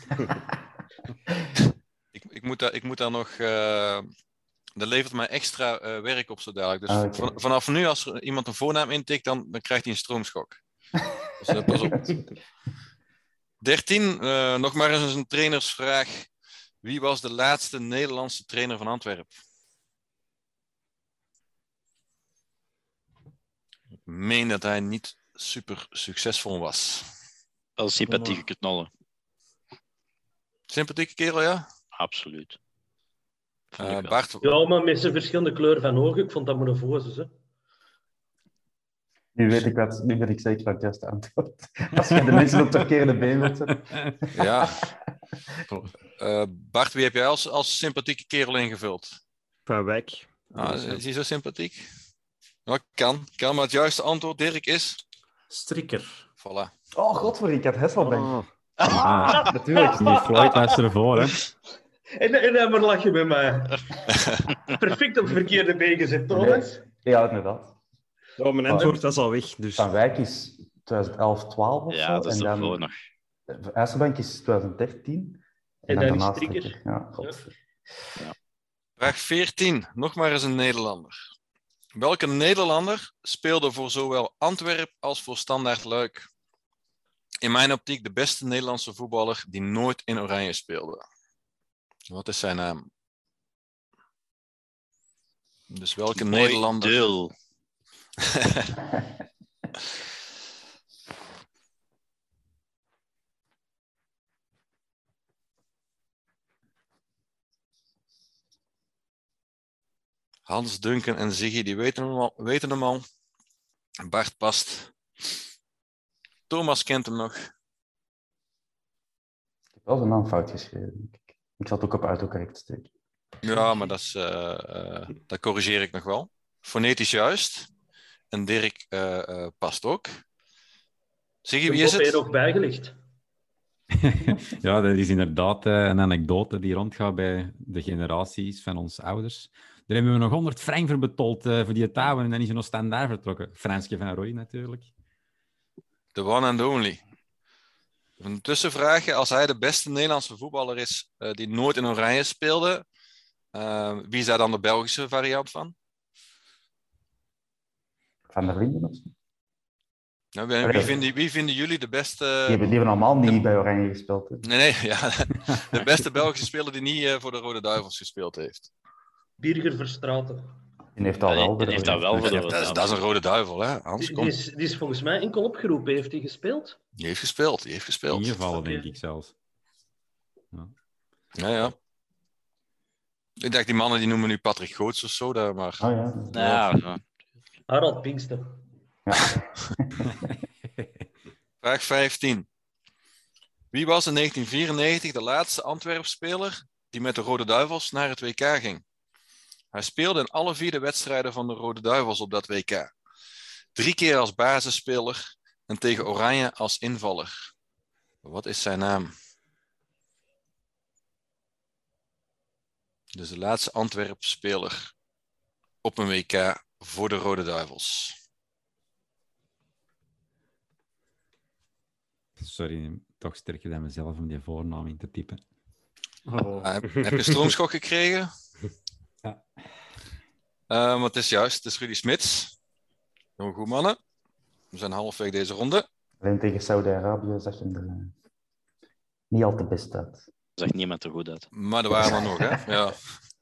ik moet daar nog... dat levert mij extra werk op zo dadelijk. Dus Okay. vanaf nu, als er iemand een voornaam intikt, dan krijgt hij een stroomschok. Dus pas op. 13, nog maar eens een trainersvraag. Wie was de laatste Nederlandse trainer van Antwerpen? Ik meen dat hij niet super succesvol was. Wel een sympathieke knollen. Sympathieke kerel, ja? Absoluut. Bart... Ja, maar met zijn verschillende kleuren van ogen. Ik vond dat maar een voze, hè. Nu weet ik zeker wat het juiste antwoord. Als je de mensen op de verkeerde been wilt zetten. Ja. Bart, wie heb jij als sympathieke kerel ingevuld? Van Wijk. Is hij zo sympathiek? Nou, kan, maar het juiste antwoord, Dirk, is... Strikker. Voilà. Oh, godver, ik had Hesselbank. Oh. Natuurlijk. Die Floyd luistert ervoor, hè. En dan maar lach je met mij. Perfect op het verkeerde been gezet, Thomas. Ja, inderdaad. Oh, mijn antwoord was al weg. Dus. Van Wijk is 2011, 12 of zo. Ja, dat is en ervoor dan nog. IJsselbank is 2013. En dan is Strikker. Strikker. Ja, godver. Vraag 14. Nog maar eens een Nederlander. Welke Nederlander speelde voor zowel Antwerp als voor Standaard Luik? In mijn optiek de beste Nederlandse voetballer die nooit in Oranje speelde. Wat is zijn naam? Dus welke Mooi Nederlander... deel. Hans, Duncan en Ziggy, die weten hem al. Bart past. Thomas kent hem nog. Ik heb wel zijn naam fout geschreven, denk ik. Ik zal het ook op autocorrect steken. Ja, maar dat corrigeer ik nog wel. Fonetisch juist. En Dirk past ook. Ziggy, wie is Ben je het? nog bijgelegd? Ja, dat is inderdaad een anekdote die rondgaat bij de generaties van onze ouders. Daar hebben we nog 100 frank voor betaald voor die touwen en dan is er nog standaard vertrokken. Franske van Roy natuurlijk. The one and only. Een tussenvraagje. Als hij de beste Nederlandse voetballer is die nooit in Oranje speelde, wie is daar dan de Belgische variant van? Van der Linden of zo? Nou, wie vinden jullie de beste... Die hebben allemaal niet bij Oranje gespeeld. Hè? Nee, ja. De beste Belgische speler die niet voor de Rode Duivels gespeeld heeft. Birger Verstraeten. Die heeft al wel. Die heeft dat wel voor de Dat is een Rode Duivel, hè? Hans, kom. Die is volgens mij enkel opgeroepen. Heeft hij gespeeld? Die heeft gespeeld. Ingevallen, denk ik zelfs. Ja. Ik dacht, die mannen die noemen nu Patrick Goots of zo, daar, maar... Oh ja. Ja. Harald Pinkster. Ja. Vraag 15. Wie was in 1994 de laatste Antwerp-speler die met de Rode Duivels naar het WK ging? Hij speelde in alle 4 de wedstrijden van de Rode Duivels op dat WK. 3 keer als basisspeler en tegen Oranje als invaller. Wat is zijn naam? Dus de laatste Antwerp-speler op een WK voor de Rode Duivels. Sorry, toch sterker dan mezelf om die voornaam in te typen. Heb je een stroomschok gekregen? Ja. Want het is juist, het is Rudy Smits. Heel goed, mannen. We zijn halfweg deze ronde. Alleen tegen Saudi-Arabië zag je er niet al te best uit. Er zag niemand er goed uit. Maar er waren er nog, hè? Ja.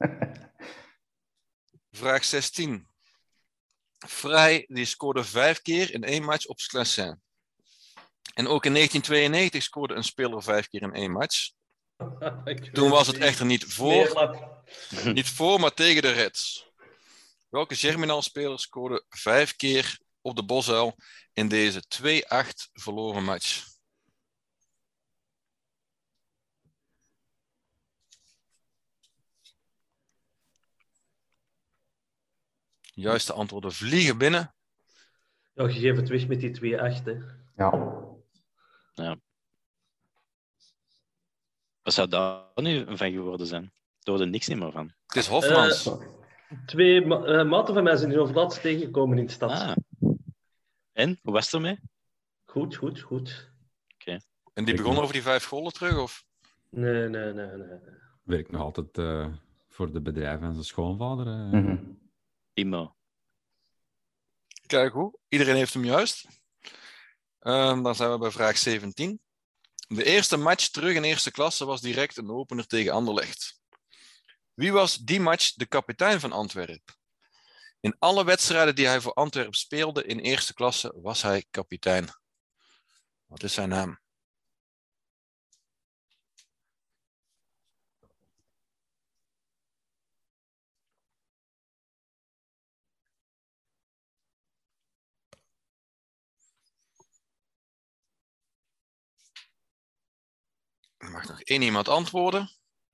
Vraag 16. Vrij, die scoorde 5 keer in 1 match op Sclessin. En ook in 1992 scoorde een speler 5 keer in 1 match. Toen was het echter niet voor, maar tegen de Reds. Welke Germinal-speler scoorde 5 keer op de Bosuil in deze 2-8 verloren match? Juiste antwoorden vliegen binnen. Ja, je geeft het weg met die 2-8, hè. Ja. Wat zou daar nu van geworden zijn? Er hoorde niks meer van. Het is Hofmans. 2 maten van mij zijn hier overlaatst tegengekomen in de stad. Ah. En? Hoe was het ermee? Goed. En die begon over die 5 golen terug, of? Nee. Werkt nog altijd voor de bedrijven en zijn schoonvader. Timo. Kijk hoe. Iedereen heeft hem juist. Dan zijn we bij vraag 17. De eerste match terug in eerste klasse was direct een opener tegen Anderlecht. Wie was die match de kapitein van Antwerpen? In alle wedstrijden die hij voor Antwerpen speelde in eerste klasse was hij kapitein. Wat is zijn naam? Er mag nog 1 iemand antwoorden.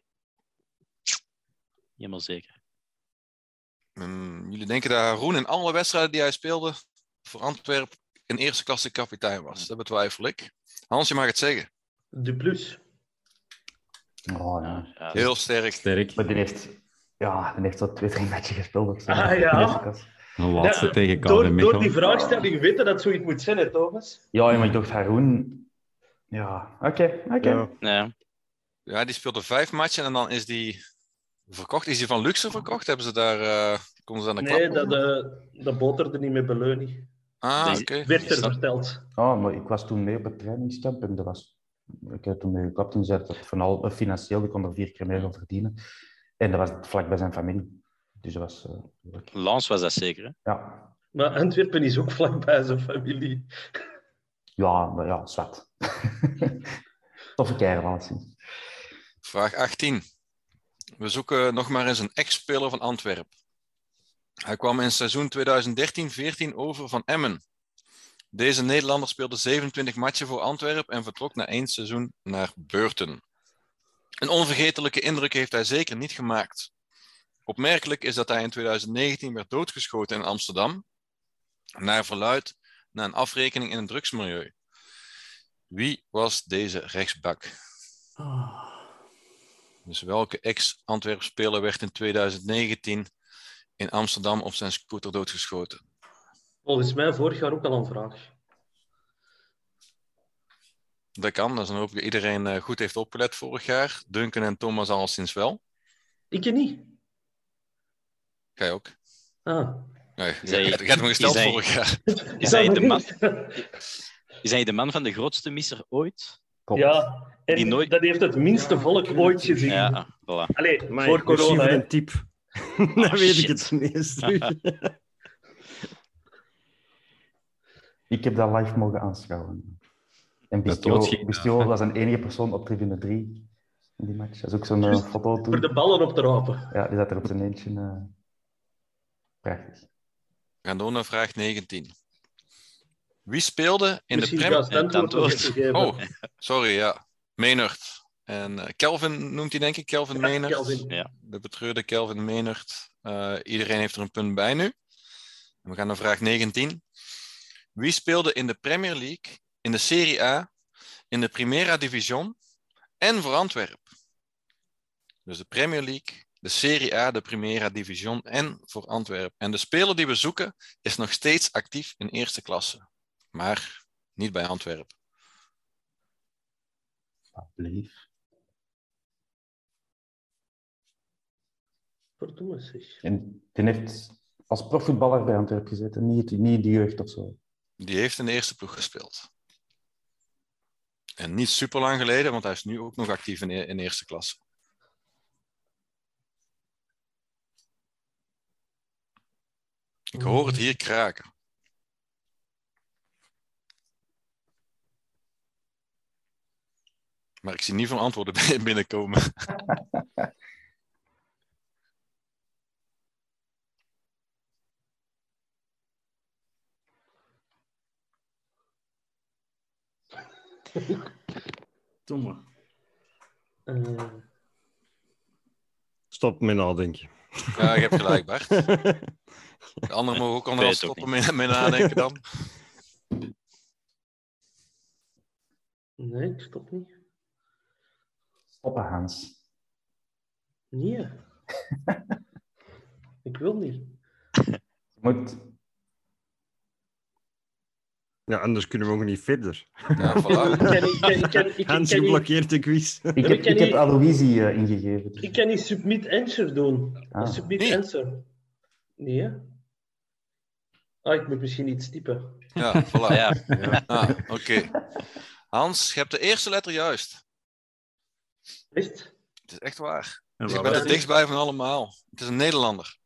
Helemaal zeker. Jullie denken dat Haroun in alle wedstrijden die hij speelde voor Antwerpen in eerste klasse kapitein was. Dat betwijfel ik. Hans, je mag het zeggen. Duplus. Oh, ja. Heel sterk. Maar die heeft zo 2-3 matchen gespeeld. Of zo. Ja. Een laatste tegen KV Door die vraagstelling weten dat zoiets moet zijn, hè, Thomas? Ja, maar ik dacht Haroun... Ja, oké. Ja, die speelde 5 matchen en dan is die verkocht. Is die van Luxor verkocht? Hebben ze daar... konden ze aan de klap komen? Dat boterde niet met beleuning. Oké. Werd er verteld. Maar ik was toen mee op het trainingskamp en ik heb toen mee geklapt en zei dat vooral financieel, ik kon er 4 keer meer gaan verdienen. En dat was vlak bij zijn familie. Dus dat was... Lans was dat zeker, hè? Ja. Maar Antwerpen is ook vlak bij zijn familie. Ja, maar ja, zwart. Toffe kerel, alleszins. Vraag 18. We zoeken nog maar eens een ex-speler van Antwerpen. Hij kwam in seizoen 2013-14 over van Emmen. Deze Nederlander speelde 27 matchen voor Antwerpen en vertrok na 1 seizoen naar Beurten. Een onvergetelijke indruk heeft hij zeker niet gemaakt. Opmerkelijk is dat hij in 2019 werd doodgeschoten in Amsterdam, naar verluidt na een afrekening in een drugsmilieu. Wie was deze rechtsbak? Dus welke ex-Antwerp-speler werd in 2019 in Amsterdam op zijn scooter doodgeschoten? Volgens mij vorig jaar ook al een vraag. Dat kan, dat is dan hoop ik dat iedereen goed heeft opgelet vorig jaar. Duncan en Thomas alleszins wel. Ik niet. Jij ook? Nee, je hebt hem gesteld vorig jaar. Is hij de man van de grootste misser ooit? Ja, en dat heeft het minste volk ooit gezien. Ja, voilà. Allee, Maar voor corona. een tip. Dan weet ik het ineens terug. Ik heb dat live mogen aanschouwen. En Bistio was een enige persoon op tribune 3 in die match. Dat is ook zo'n foto toen. Voor de ballen op te rapen. Ja, die zat er op zijn eentje. Prachtig. We gaan door naar vraag 19. Wie speelde in de Premier... Oh, sorry, ja. Maynard. En Kelvin noemt hij denk ik, Kelvin Maynard. Kelvin. Ja. De betreurde Kelvin Maynard. Iedereen heeft er een punt bij nu. En we gaan naar vraag 19. Wie speelde in de Premier League, in de Serie A, in de Primera Division en voor Antwerpen? Dus de Premier League, de Serie A, de Primera Division en voor Antwerpen. En de speler die we zoeken is nog steeds actief in eerste klasse. Maar niet bij Antwerpen. Alsjeblieft. Verdomme zeg. En die heeft als profvoetballer bij Antwerpen gezeten, niet in de jeugd of zo. Die heeft in de eerste ploeg gespeeld. En niet super lang geleden, want hij is nu ook nog actief in eerste klasse. Ik hoor het hier kraken. Maar ik zie niet veel antwoorden binnenkomen. Domme. Stop met nadenken. Ja, je hebt gelijk, Bart. De anderen mogen ook al stoppen met nadenken dan. Nee, ik stop niet. Stoppen, Hans. Nee. Ik wil niet. Je moet... Ja, anders kunnen we ook niet verder. Ja, voilà. Hans, je blokkeert de quiz. Ik heb Aloysie ingegeven. Ik kan niet submit answer doen. Submit Nee. answer. Nee, hè? Ik moet misschien iets typen. Ja, voilà. Ja. Oké. Hans, je hebt de eerste letter juist. Echt? Het is echt waar. En Ik wat ben was het het? dichtstbij van allemaal. Het is een Nederlander.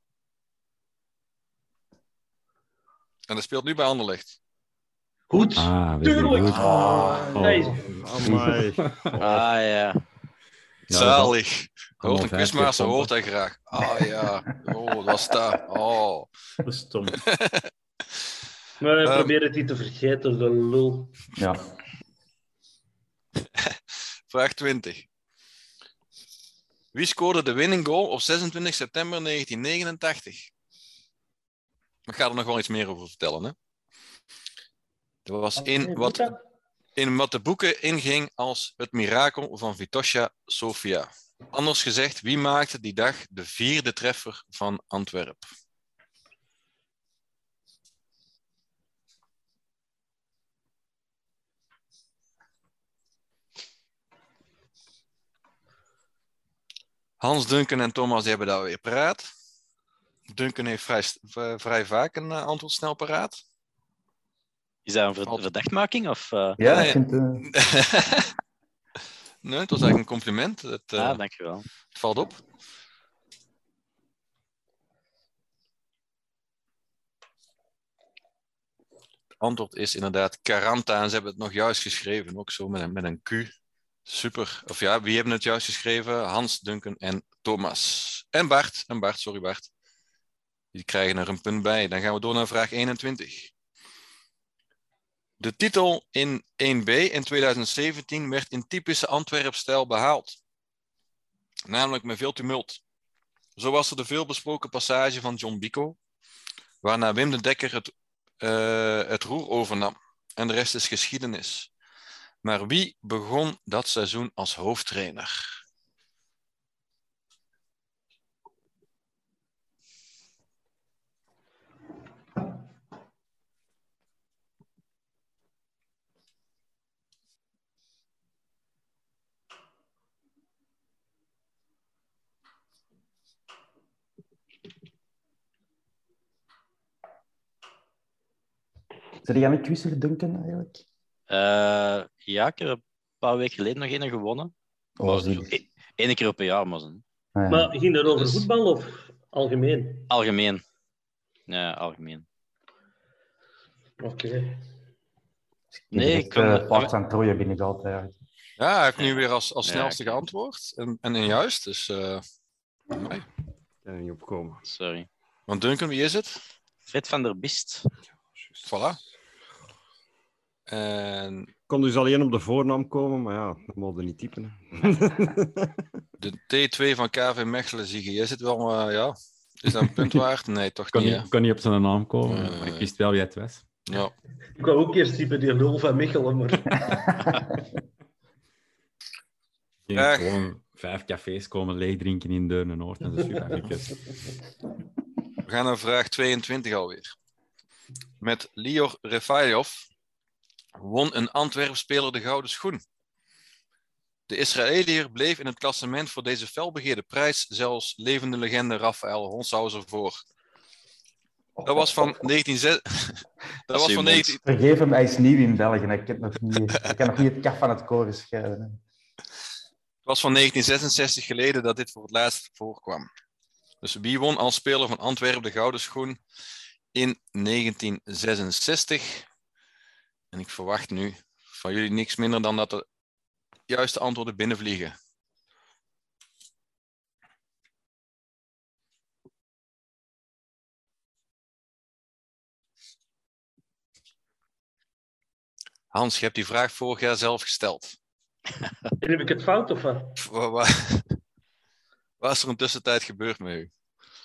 En dat speelt nu bij Anderlecht. Goed. Wesley Tuurlijk. Goed. Nee. Amai. Ja. Zalig. Kom Hoort op, een quizmaster, pompen. hoort hij graag. Ja. Oh, dat was dat. Oh. Dat is stom. Maar probeer het niet te vergeten, de lul. Ja. Vraag 20. Wie scoorde de winning goal op 26 september 1989? Ik ga er nog wel iets meer over vertellen. Hè? Dat was in wat de boeken inging als het mirakel van Vitosha Sofia. Anders gezegd, wie maakte die dag de 4e treffer van Antwerpen? Hans, Duncan en Thomas die hebben daar weer paraat. Duncan heeft vrij vaak een antwoord snel paraat. Is dat een verdachtmaking? Of, Ja, Nee. ik vind... Nee, het was eigenlijk een compliment. dankjewel. Het valt op. Het antwoord is inderdaad Caranta. En ze hebben het nog juist geschreven. Ook zo met een Q. Super. Of ja, wie hebben het juist geschreven? Hans, Duncan en Thomas. En Bart. Sorry Bart. Die krijgen er een punt bij. Dan gaan we door naar vraag 21. De titel in 1B in 2017 werd in typische Antwerp-stijl behaald. Namelijk met veel tumult. Zo was er de veelbesproken passage van John Bico, waarna Wim de Dekker het roer overnam. En de rest is geschiedenis. Maar wie begon dat seizoen als hoofdtrainer? Zit jij aan het quizzer, Duncan, eigenlijk? Ja, ik heb een paar weken geleden nog een gewonnen. Oh, zie. Eén keer op een jaar, maar zo. Maar ging het over Dus- voetbal of algemeen? Algemeen. Ja, algemeen. Oké. Nee, ik kan... Paard aan Troje binnengehaald, eigenlijk. Ja, hij heeft nu weer als snelste oké. geantwoord. En juist, dus... amai. Ik kan er niet opkomen. Sorry. Want Duncan, wie is het? Fred van der Bist. Voilà. En Ik kon dus alleen op de voornaam komen, maar ja, dat mogen niet typen. Hè. de T2 van KV Mechelen, zie je. Is het wel, ja... Is dat een punt waard? Nee, toch Kon niet, hè? niet op zijn naam komen, maar ik wist wel wie het was. Ja. Ik wou ook eerst typen die lul van Mechelen, maar... Ik ging gewoon 5 cafés komen leeg drinken in Deurne-Noord en zo Zuid-Afrika's. We gaan naar vraag 22 alweer. Met Lior Refailov won een Antwerp-speler de gouden schoen. De Israëliër bleef in het klassement voor deze felbegeerde prijs zelfs levende legende Raphaël Honshauser voor. Dat was van 1906. Dat was van 19... Vergeef hem, hij is nieuw in België. Hij kan nog niet het kaf van het koren scheiden. Het was van 1966 geleden dat dit voor het laatst voorkwam. Dus wie won als speler van Antwerpen de gouden schoen in 1966? En ik verwacht nu van jullie niks minder dan dat de juiste antwoorden binnenvliegen. Hans, je hebt die vraag vorig jaar zelf gesteld. En heb ik het fout of wat? Wat is er in tussentijd gebeurd met u?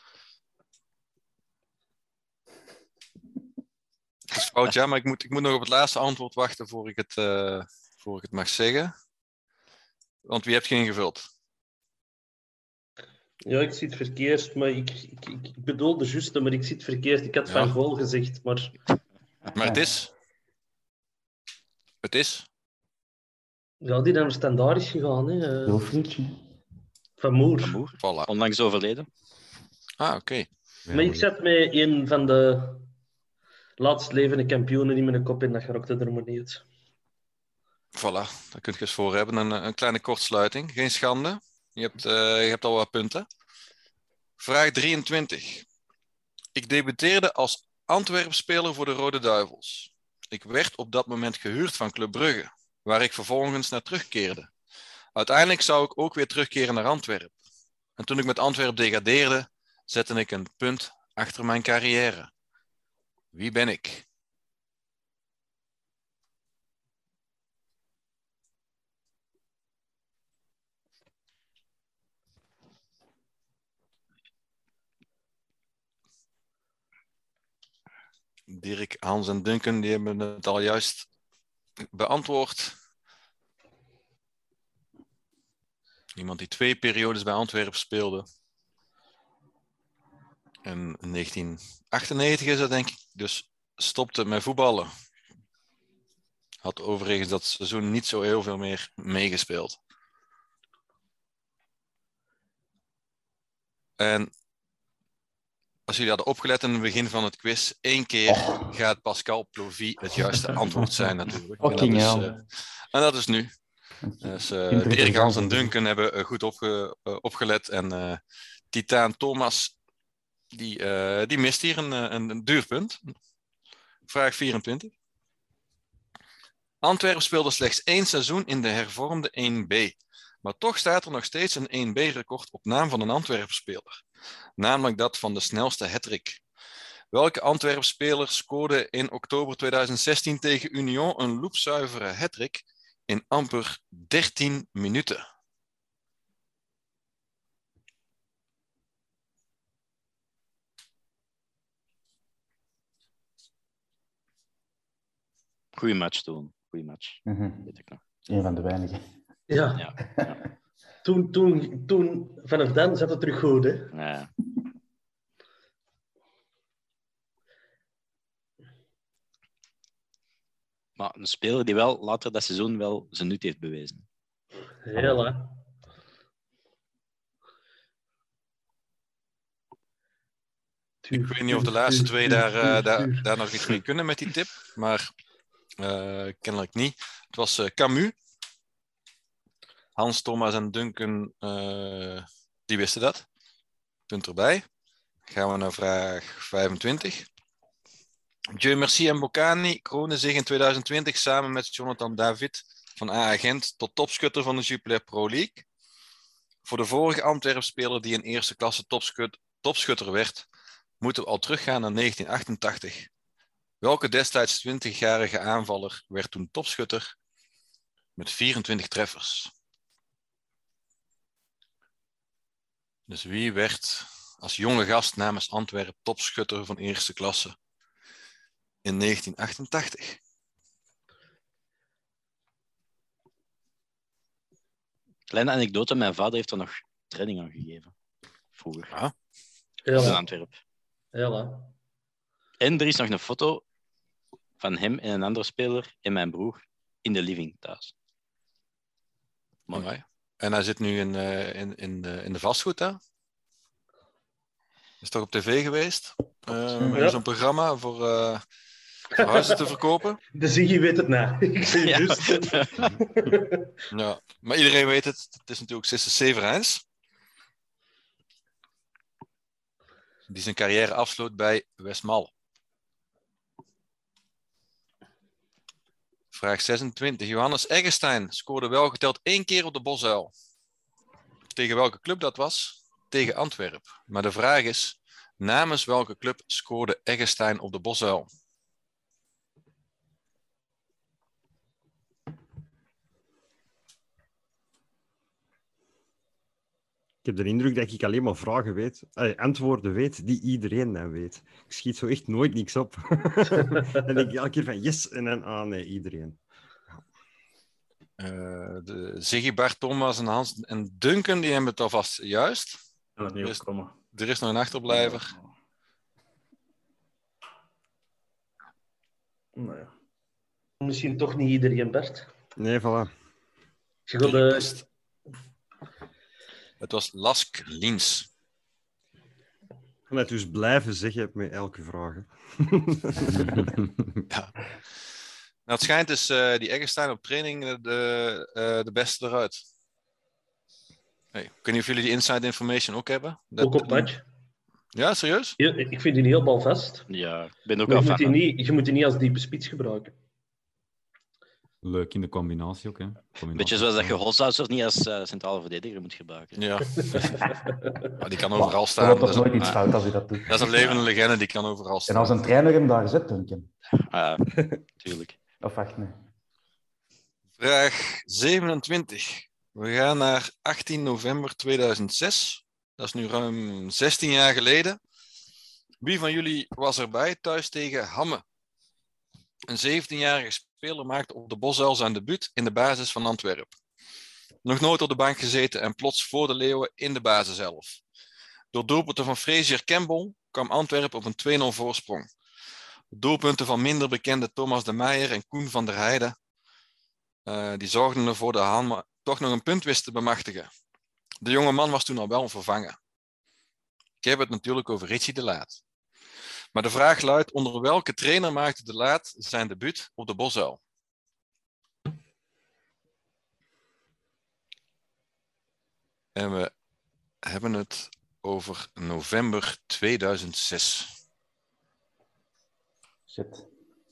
Het is fout, ja, maar ik moet nog op het laatste antwoord wachten voor ik het mag zeggen. Want wie hebt je ingevuld? Ja, ik zie het verkeerd, maar ik bedoel de juiste, maar ik zie het verkeerd. Ik had Van Gool gezegd, maar... Maar het is... Het is... Ja, die naar de Standaard is gegaan. Wilfriedje. Van Moer. Voilà. Onlangs overleden. Ah, oké. Maar ik zet met een van de laatst levende kampioenen in mijn kop en dat gerokte er maar niet uit. Voilà, daar kun je eens voor hebben. Een kleine kortsluiting. Geen schande. Je hebt al wat punten. Vraag 23. Ik debuteerde als Antwerp-speler voor de Rode Duivels. Ik werd op dat moment gehuurd van Club Brugge, waar ik vervolgens naar terugkeerde. Uiteindelijk zou ik ook weer terugkeren naar Antwerpen. En toen ik met Antwerpen degradeerde, zette ik een punt achter mijn carrière. Wie ben ik? Dirk, Hans en Duncan die hebben het al juist beantwoord. Iemand die 2 periodes bij Antwerpen speelde. En in 1998 is dat, denk ik. Dus stopte met voetballen. Had overigens dat seizoen niet zo heel veel meer meegespeeld. En als jullie hadden opgelet in het begin van het quiz, 1 keer gaat Pascal Plovy het juiste antwoord zijn natuurlijk. En dat is nu. Dus Dirk, Hans en Duncan hebben goed opgelet. En Titaan Thomas, die mist hier een duurpunt. Vraag 24. Antwerpen speelde slechts 1 seizoen in de hervormde 1B. Maar toch staat er nog steeds een 1B-record op naam van een Antwerpen-speler. Namelijk dat van de snelste hattrick. Welke Antwerpen-speler scoorde in oktober 2016 tegen Union een loopzuivere hattrick in amper 13 minuten? Goeie match toen. Goeie match. Weet ik nog. Een van de weinigen. Ja. Toen, vanaf dan zat het terug goed, hè? Ja. Maar een speler die wel later dat seizoen wel zijn nut heeft bewezen. Heel, hè? Ik weet niet of de laatste 2 daar nog iets mee kunnen met die tip, maar kennelijk niet. Het was Camus. Hans, Thomas en Duncan, die wisten dat. Punt erbij. Gaan we naar vraag 25. Dieu Merci en Bocani kroonden zich in 2020 samen met Jonathan David van AA Gent tot topschutter van de Jupiler Pro League. Voor de vorige Antwerp-speler die een eerste klasse topschutter werd, moeten we al teruggaan naar 1988. Welke destijds 20-jarige aanvaller werd toen topschutter met 24 treffers? Dus wie werd als jonge gast namens Antwerpen topschutter van eerste klasse in 1988? Kleine anekdote, mijn vader heeft er nog training aan gegeven. Vroeger. Ja. In Antwerpen. Ja. En er is nog een foto van hem en een andere speler en mijn broer in de living thuis. Mooi. En hij zit nu in de vastgoed, hè? Is toch op tv geweest? Zo'n programma voor huizen te verkopen. De Ziggy weet het na. Ik zie Ja. juist. Ja, maar iedereen weet het. Het is natuurlijk Sisse Severijns. Die zijn carrière afsloot bij Westmalle. Vraag 26. Johannes Eggestein scoorde wel geteld 1 keer op de Bosuil. Tegen welke club dat was? Tegen Antwerpen. Maar de vraag is, namens welke club scoorde Eggestein op de Bosuil? Ik heb de indruk dat ik alleen maar vragen weet, antwoorden weet die iedereen dan weet. Ik schiet zo echt nooit niks op. Dan denk ik elke keer van yes en dan nee, iedereen. De Ziggy, Bart, Thomas en Hans en Duncan, die hebben het alvast juist. Kan het niet opkomen. Er is nog een achterblijver. Nou ja. Misschien toch niet iedereen, Bert. Nee, voilà. Je gaat Het was Lask Liens. Ik ga het dus blijven zeggen met elke vraag. Ja. Nou, het schijnt dus die Eggestein op training de beste eruit. Hey, ik weet niet of jullie die inside information ook hebben. ook op match. Ja, serieus? Ja, ik vind die heel balvast. Ja, ik ben ook Maar al je fan. je moet die niet als diepe spits gebruiken. Leuk in de combinatie ook, hè. Beetje zoals dat je Holzhauser niet als centrale verdediger moet gebruiken. Ja. Maar die kan overal Er staan. wordt toch nooit iets fout als hij dat doet. Dat is een levende legende, die kan overal staan. En als een trainer hem daar zet, Duncan. Tuurlijk. Of wacht, nee. Vraag 27. We gaan naar 18 november 2006. Dat is nu ruim 16 jaar geleden. Wie van jullie was erbij thuis tegen Hamme? Een 17-jarige speler maakte op de Bosuil zijn debuut in de basis van Antwerpen. Nog nooit op de bank gezeten en plots voor de Leeuwen in de basiself. Door doelpunten van Frazier Campbell kwam Antwerpen op een 2-0 voorsprong. Doelpunten van minder bekende Thomas de Meijer en Koen van der Heijden die zorgden ervoor dat Hamme toch nog een punt wist te bemachtigen. De jonge man was toen al wel vervangen. Ik heb het natuurlijk over Richie de Laat. Maar de vraag luidt, onder welke trainer maakte de Laat zijn debuut op de Bosuil? En we hebben het over november 2006. Shit.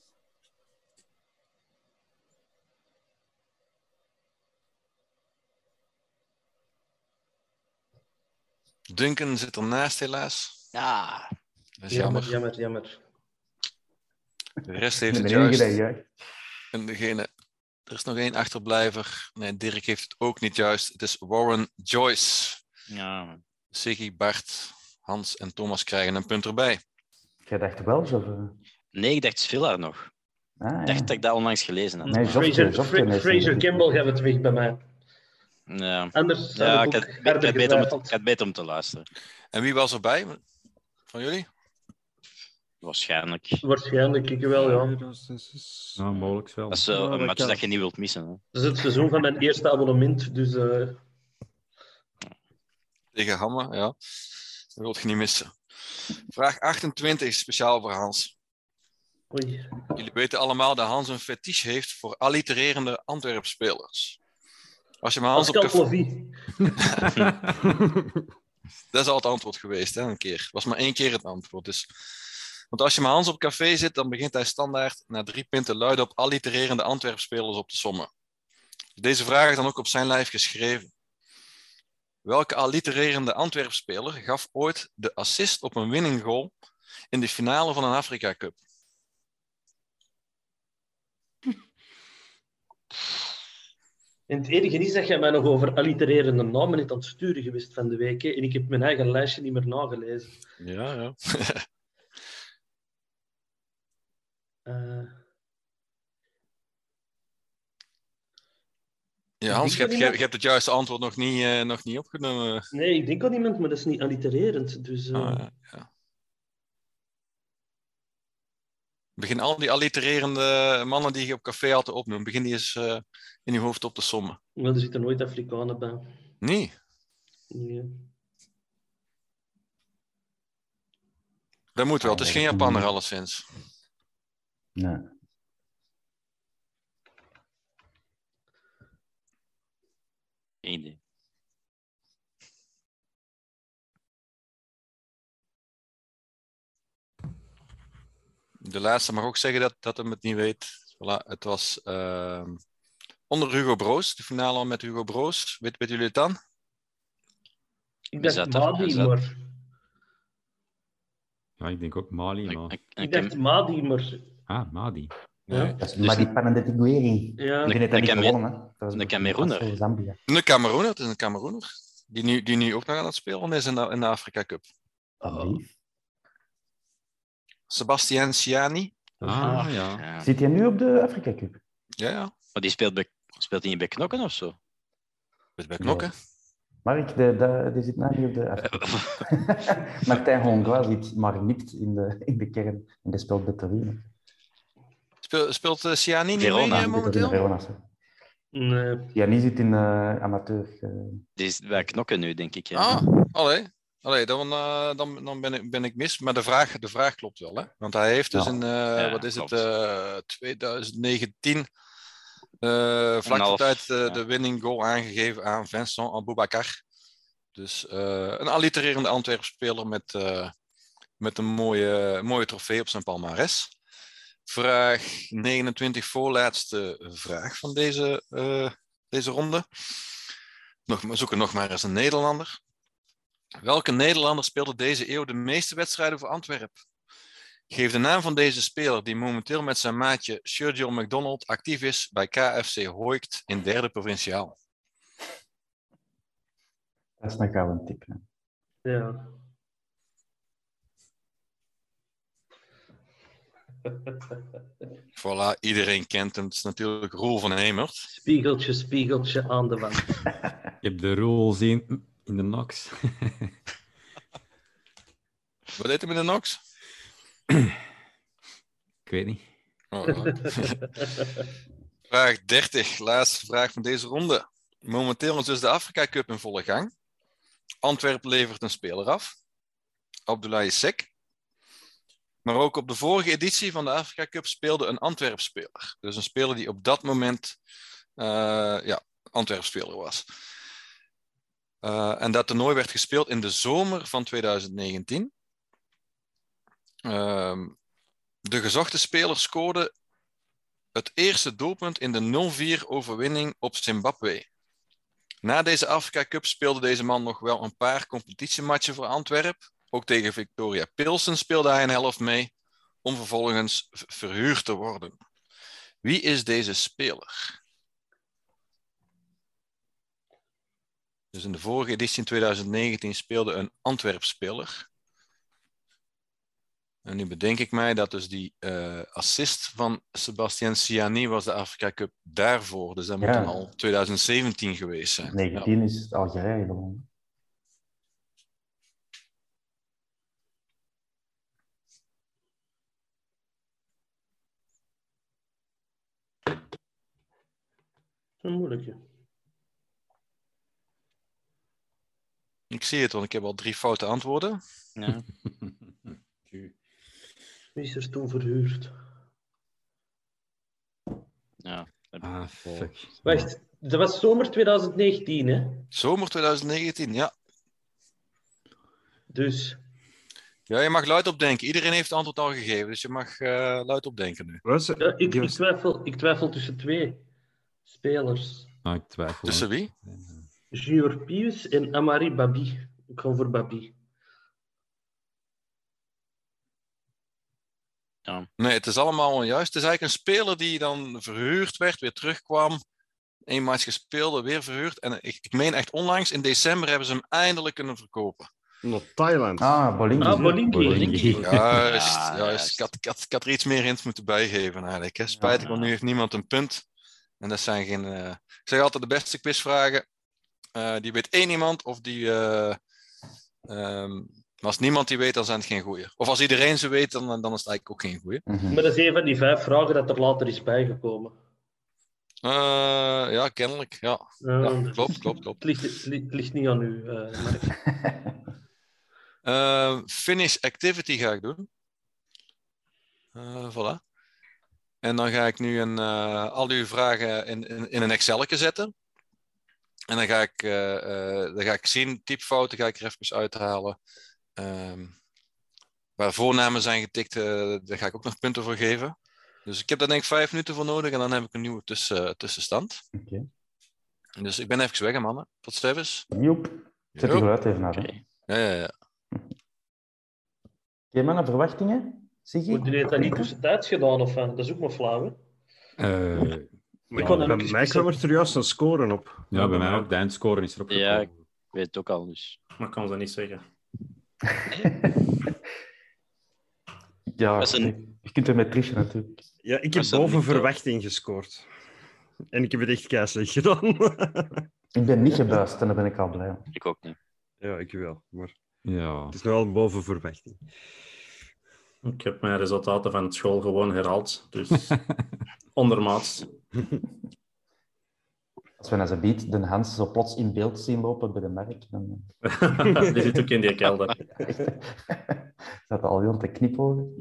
Duncan zit ernaast helaas. Ja. Dat is jammer. Jammer. De rest heeft De het enige juist. die juist. En er is nog één achterblijver. Nee, Dirk heeft het ook niet juist. Het is Warren Joyce. Ja. Siggy, Bart, Hans en Thomas krijgen een punt erbij. Jij dacht Welsh of... Nee, ik dacht Svilla nog. Ah, Ik dacht dat ik dat onlangs gelezen had. Nee, Fraser Campbell gaat het weg bij mij. Ja. Anders Ja, had ik ik had, ook ik harder had beter om getwijfeld. ik had beter om te luisteren. En wie was erbij van jullie? Waarschijnlijk. Waarschijnlijk, ik wel, ja. Ja, mogelijk wel. Dat is zo Ja, een dat match kan. dat je niet wilt missen. Hè. Dat is het seizoen van mijn eerste abonnement, dus... Tegen Hamme, ja. Dat wilt je niet missen. Vraag 28, speciaal voor Hans. Oei. Jullie weten allemaal dat Hans een fetiche heeft voor allitererende Antwerp-spelers. Als je maar Hans op Pascal café... Plovy. Dat is al het antwoord geweest, hè, een keer. Was maar 1 keer het antwoord. Dus... Want als je maar Hans op café zit, dan begint hij standaard na 3 punten luid op allitererende Antwerp-spelers op te sommen. Deze vraag is dan ook op zijn lijf geschreven. Welke allitererende Antwerp-speler gaf ooit de assist op een winning goal in de finale van een Afrika Cup? En het enige is dat jij mij nog over allitererende namen niet aan het sturen geweest van de week. Hè? En ik heb mijn eigen lijstje niet meer nagelezen. Ja, ja. Ja, Hans, je hebt het juiste antwoord nog niet opgenomen. Nee, ik denk aan iemand, maar dat is niet allitererend. Dus, Ja. Begin al die allitererende mannen die je op café altijd opnoemt, begin die eens in je hoofd op te sommen. Maar er zitten nooit Afrikanen bij. Nee. Nee. Dat moet wel. Het is geen Japaner alleszins. Nee. Geen idee. De laatste mag ook zeggen dat hem het niet weet. Voilà, het was onder Hugo Broos. De finale al met Hugo Broos. Weten jullie het dan? Ik dacht Madi, maar... Ja, ik denk ook Mali, maar... Ik dacht Madi, maar... Ah, Madi. Ja. Dat is Madi Panandetigueri. Ja. Die heeft dat niet gewonnen, hè. Een Cameroener. Zambia. Een Cameroener, het is een Cameroener. Die nu ook nog aan het spelen is in de Afrika Cup. Sebastian Siani. Ah, ja. Zit hij nu op de Afrika Cup? Ja. Maar die speelt hij bij Knokken of zo? Bij Knokken? Mark, die zit nou niet op de Afrika Cup. Martijn Hongrois zit maar nipt in de kern. En die speelt bij Torino. Speelt Siani niet Verona. mee momenteel? Nee. Siani zit in amateur. Die is bij Knokken nu, denk ik. Ja. Allee, dan ben ik mis. Maar de vraag klopt wel, hè? Want hij heeft dus wat is klopt. het, 2019 vlak voor tijd de winning goal aangegeven aan Vincent Aboubakar. Dus een allitererende Antwerp-speler met een mooie trofee op zijn palmares. Vraag 29, voorlaatste vraag van deze ronde. We zoeken nog maar eens een Nederlander. Welke Nederlander speelde deze eeuw de meeste wedstrijden voor Antwerpen? Geef de naam van deze speler die momenteel met zijn maatje Sergio McDonald actief is bij KFC Hooikt in 3e provinciaal. Dat is nog wel een tip. Hè. Ja. Voilà, iedereen kent hem. Het is natuurlijk Roel van Hemert. Spiegeltje aan de wand. Je hebt de rol zien in de Nox. Wat deed hij met de Nox? Ik weet niet. Vraag 30, laatste vraag van deze ronde. Momenteel is dus de Afrika Cup in volle gang. Antwerpen levert een speler af. Abdoulaye Seck. Maar ook op de vorige editie van de Afrika Cup speelde een Antwerp-speler. Dus een speler die op dat moment Antwerp-speler was. En dat toernooi werd gespeeld in de zomer van 2019. De gezochte speler scoorde het eerste doelpunt in de 0-4 overwinning op Zimbabwe. Na deze Afrika Cup speelde deze man nog wel een paar competitiematchen voor Antwerpen. Ook tegen Victoria Pilsen speelde hij een helft mee, om vervolgens verhuurd te worden. Wie is deze speler? Dus in de vorige editie in 2019 speelde een Antwerp-speler. En nu bedenk ik mij dat dus die assist van Sebastian Siani was de Afrika Cup daarvoor. Dus dat moet dan al 2017 geweest zijn. 19 is het Algerije gewonnen. Een moeilijke. Ik zie het, want ik heb al 3 foute antwoorden. Ja. Wie is er toen verhuurd? Ja. Ah, fuck. Wacht, dat was zomer 2019, hè? Zomer 2019, ja. Dus... Ja, je mag luid opdenken. Iedereen heeft het antwoord al gegeven, dus je mag luid opdenken nu. Ja, ik twijfel tussen 2 spelers. Ah, ik twijfel. Tussen wie? Junior Pius en Amari Babi. Ik ga voor Babi. Ja. Nee, het is allemaal onjuist. Het is eigenlijk een speler die dan verhuurd werd, weer terugkwam. 1 match gespeeld, weer verhuurd. En ik meen echt onlangs, in december hebben ze hem eindelijk kunnen verkopen. Nog Thailand. Bolinki. Juist. Ik had er iets meer hints moeten bijgeven eigenlijk. Hè. Spijtig, want nu heeft niemand een punt. En dat zijn geen... Ik zeg altijd, de beste quizvragen, die weet 1 iemand of die Maar als niemand die weet, dan zijn het geen goeie. Of als iedereen ze weet, dan is het eigenlijk ook geen goeie. Maar dat is een van die 5 vragen dat er later is bijgekomen. Ja, kennelijk. Ja. Ja, klopt. Het ligt niet aan u, Mark. Finish activity ga ik doen. Voilà. En dan ga ik nu al uw vragen in een Excelletje zetten. En dan ga ik zien, typfouten ga ik er even uithalen. Waar voornamen zijn getikt, daar ga ik ook nog punten voor geven. Dus ik heb daar denk ik 5 minuten voor nodig en dan heb ik een nieuwe tussenstand. Oké. Dus ik ben even weg, hè, mannen. Tot straks. Joep. Zet je geluid even naar. Okay. Ja. Oké, mannen, verwachtingen? Die heeft dat niet tussentijds gedaan, of dat is ook maar flauw, hè? Bij mij kwam er juist een score op. Ja, bij mij ook. De eindscore is erop gekomen. Ja, ik weet het ook al, dus. Maar ik kan dat niet zeggen. Ja, je kunt er met trichen natuurlijk. Ja, ik heb boven verwachting gescoord. En ik heb het echt keislecht gedaan. Ik ben niet gebuist en daar ben ik al blij. Ik ook niet. Ja, ik wel. Maar ja. Het is nog wel boven verwachting. Ik heb mijn resultaten van school gewoon herhaald. Dus ondermaats. Als we naar ze biedt, de Hans zo plots in beeld zien lopen bij de merk, dan... Die zit ook in die kelder. Zat al heel te knipogen.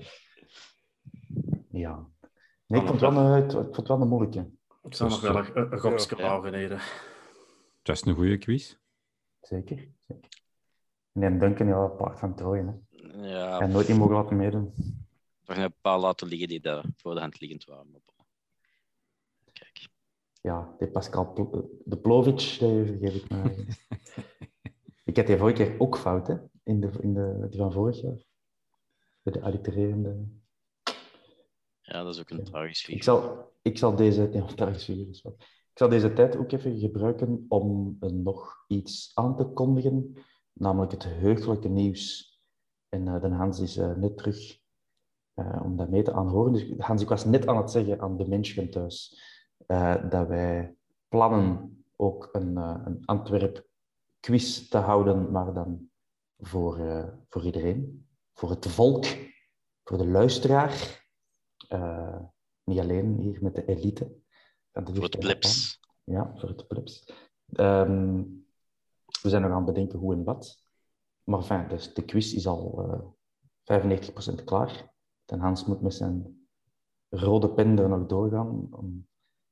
Ja. Nee, ik vond het wel een moeilijke. Ik zou nog wel een gokje bouwen. Dat is een goede quiz. Zeker. En Duncan, ja, paard van Troje. Hè. Ja. En nooit niet mogen laten meedoen. Toch een paar laten liggen die daar voor de hand liggend waren. Kijk. Ja, die Pascal de Plovic, die vergeef ik me. Ik had die vorige keer ook fout, hè? In die van vorig jaar. Bij de allitererende... Ja, dat is ook een tragisch figuur. Ik zal deze tijd ook even gebruiken om nog iets aan te kondigen, namelijk het heugelijke nieuws. En de Hans is net terug om dat mee te aanhoren. Dus Hans, ik was net aan het zeggen aan de mensen thuis dat wij plannen ook een Antwerp-quiz te houden, maar dan voor iedereen. Voor het volk, voor de luisteraar. Niet alleen hier met de elite. Voor het plebs. Ja, voor het plebs. We zijn nog aan het bedenken hoe en wat. Maar enfin, dus de quiz is al 95% klaar. En Hans moet met zijn rode pen er nog doorgaan om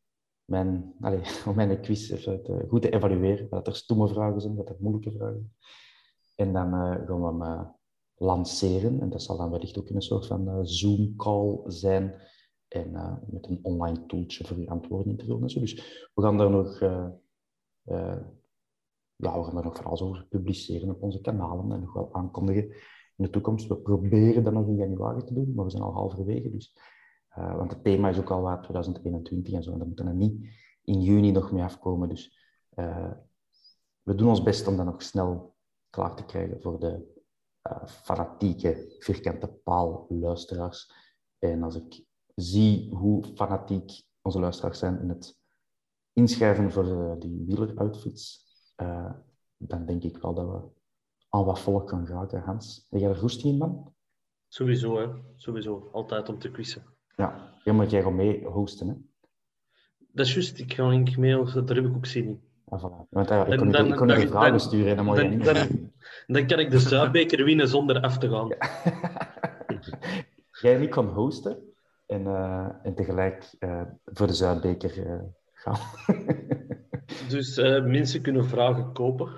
mijn quiz even goed te evalueren. Dat er stomme vragen zijn, dat er moeilijke vragen zijn. En dan gaan we hem lanceren. En dat zal dan wellicht ook in een soort van Zoom-call zijn. En met een online tooltje voor je antwoorden in te vullen. En zo. Dus we gaan daar nog... we gaan er nog vooral over publiceren op onze kanalen en nog wel aankondigen in de toekomst. We proberen dat nog in januari te doen, maar we zijn al halverwege. Dus, want het thema is ook al wat 2021 en zo. En daar moeten we niet in juni nog mee afkomen. Dus we doen ons best om dat nog snel klaar te krijgen voor de fanatieke vierkante paal luisteraars. En als ik zie hoe fanatiek onze luisteraars zijn in het inschrijven voor die wieleroutfits, dan denk ik wel dat we aan wat volk kan geraken, Hans. Ben jij er roesting in, man? Sowieso, hè. Sowieso. Altijd om te quizzen. Ja, jij gaat mee hosten, hè? Dat is juist. Ik ga denk ik mee, daar heb ik ook zin in. Ah, voilà. Want ik kon je vragen sturen en dan moet je niet dan kan ik de Zuidbeker winnen zonder af te gaan. Jij en ik kan hosten en tegelijk voor de Zuidbeker gaan. Dus mensen kunnen vragen kopen.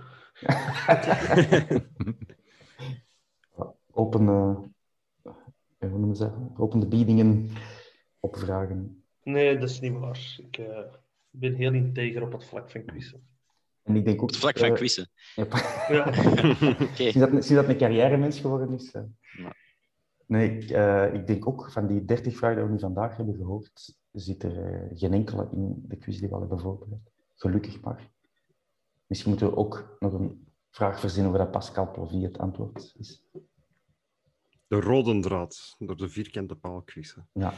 Open de biedingen op vragen. Nee, dat is niet waar. Ik ben heel integer op het vlak van quizzen. En ik denk ook... Het vlak van quizzen? Ja. Okay. Sinds dat een carrière-mens geworden is. Nee, ik denk ook van die 30 vragen die we nu vandaag hebben gehoord, zit er geen enkele in de quiz die we al hebben voorbereid. Gelukkig maar. Misschien moeten we ook nog een vraag verzinnen over dat Pascal Plovy het antwoord is. De rode draad door de vierkante paal quizzen. Ja,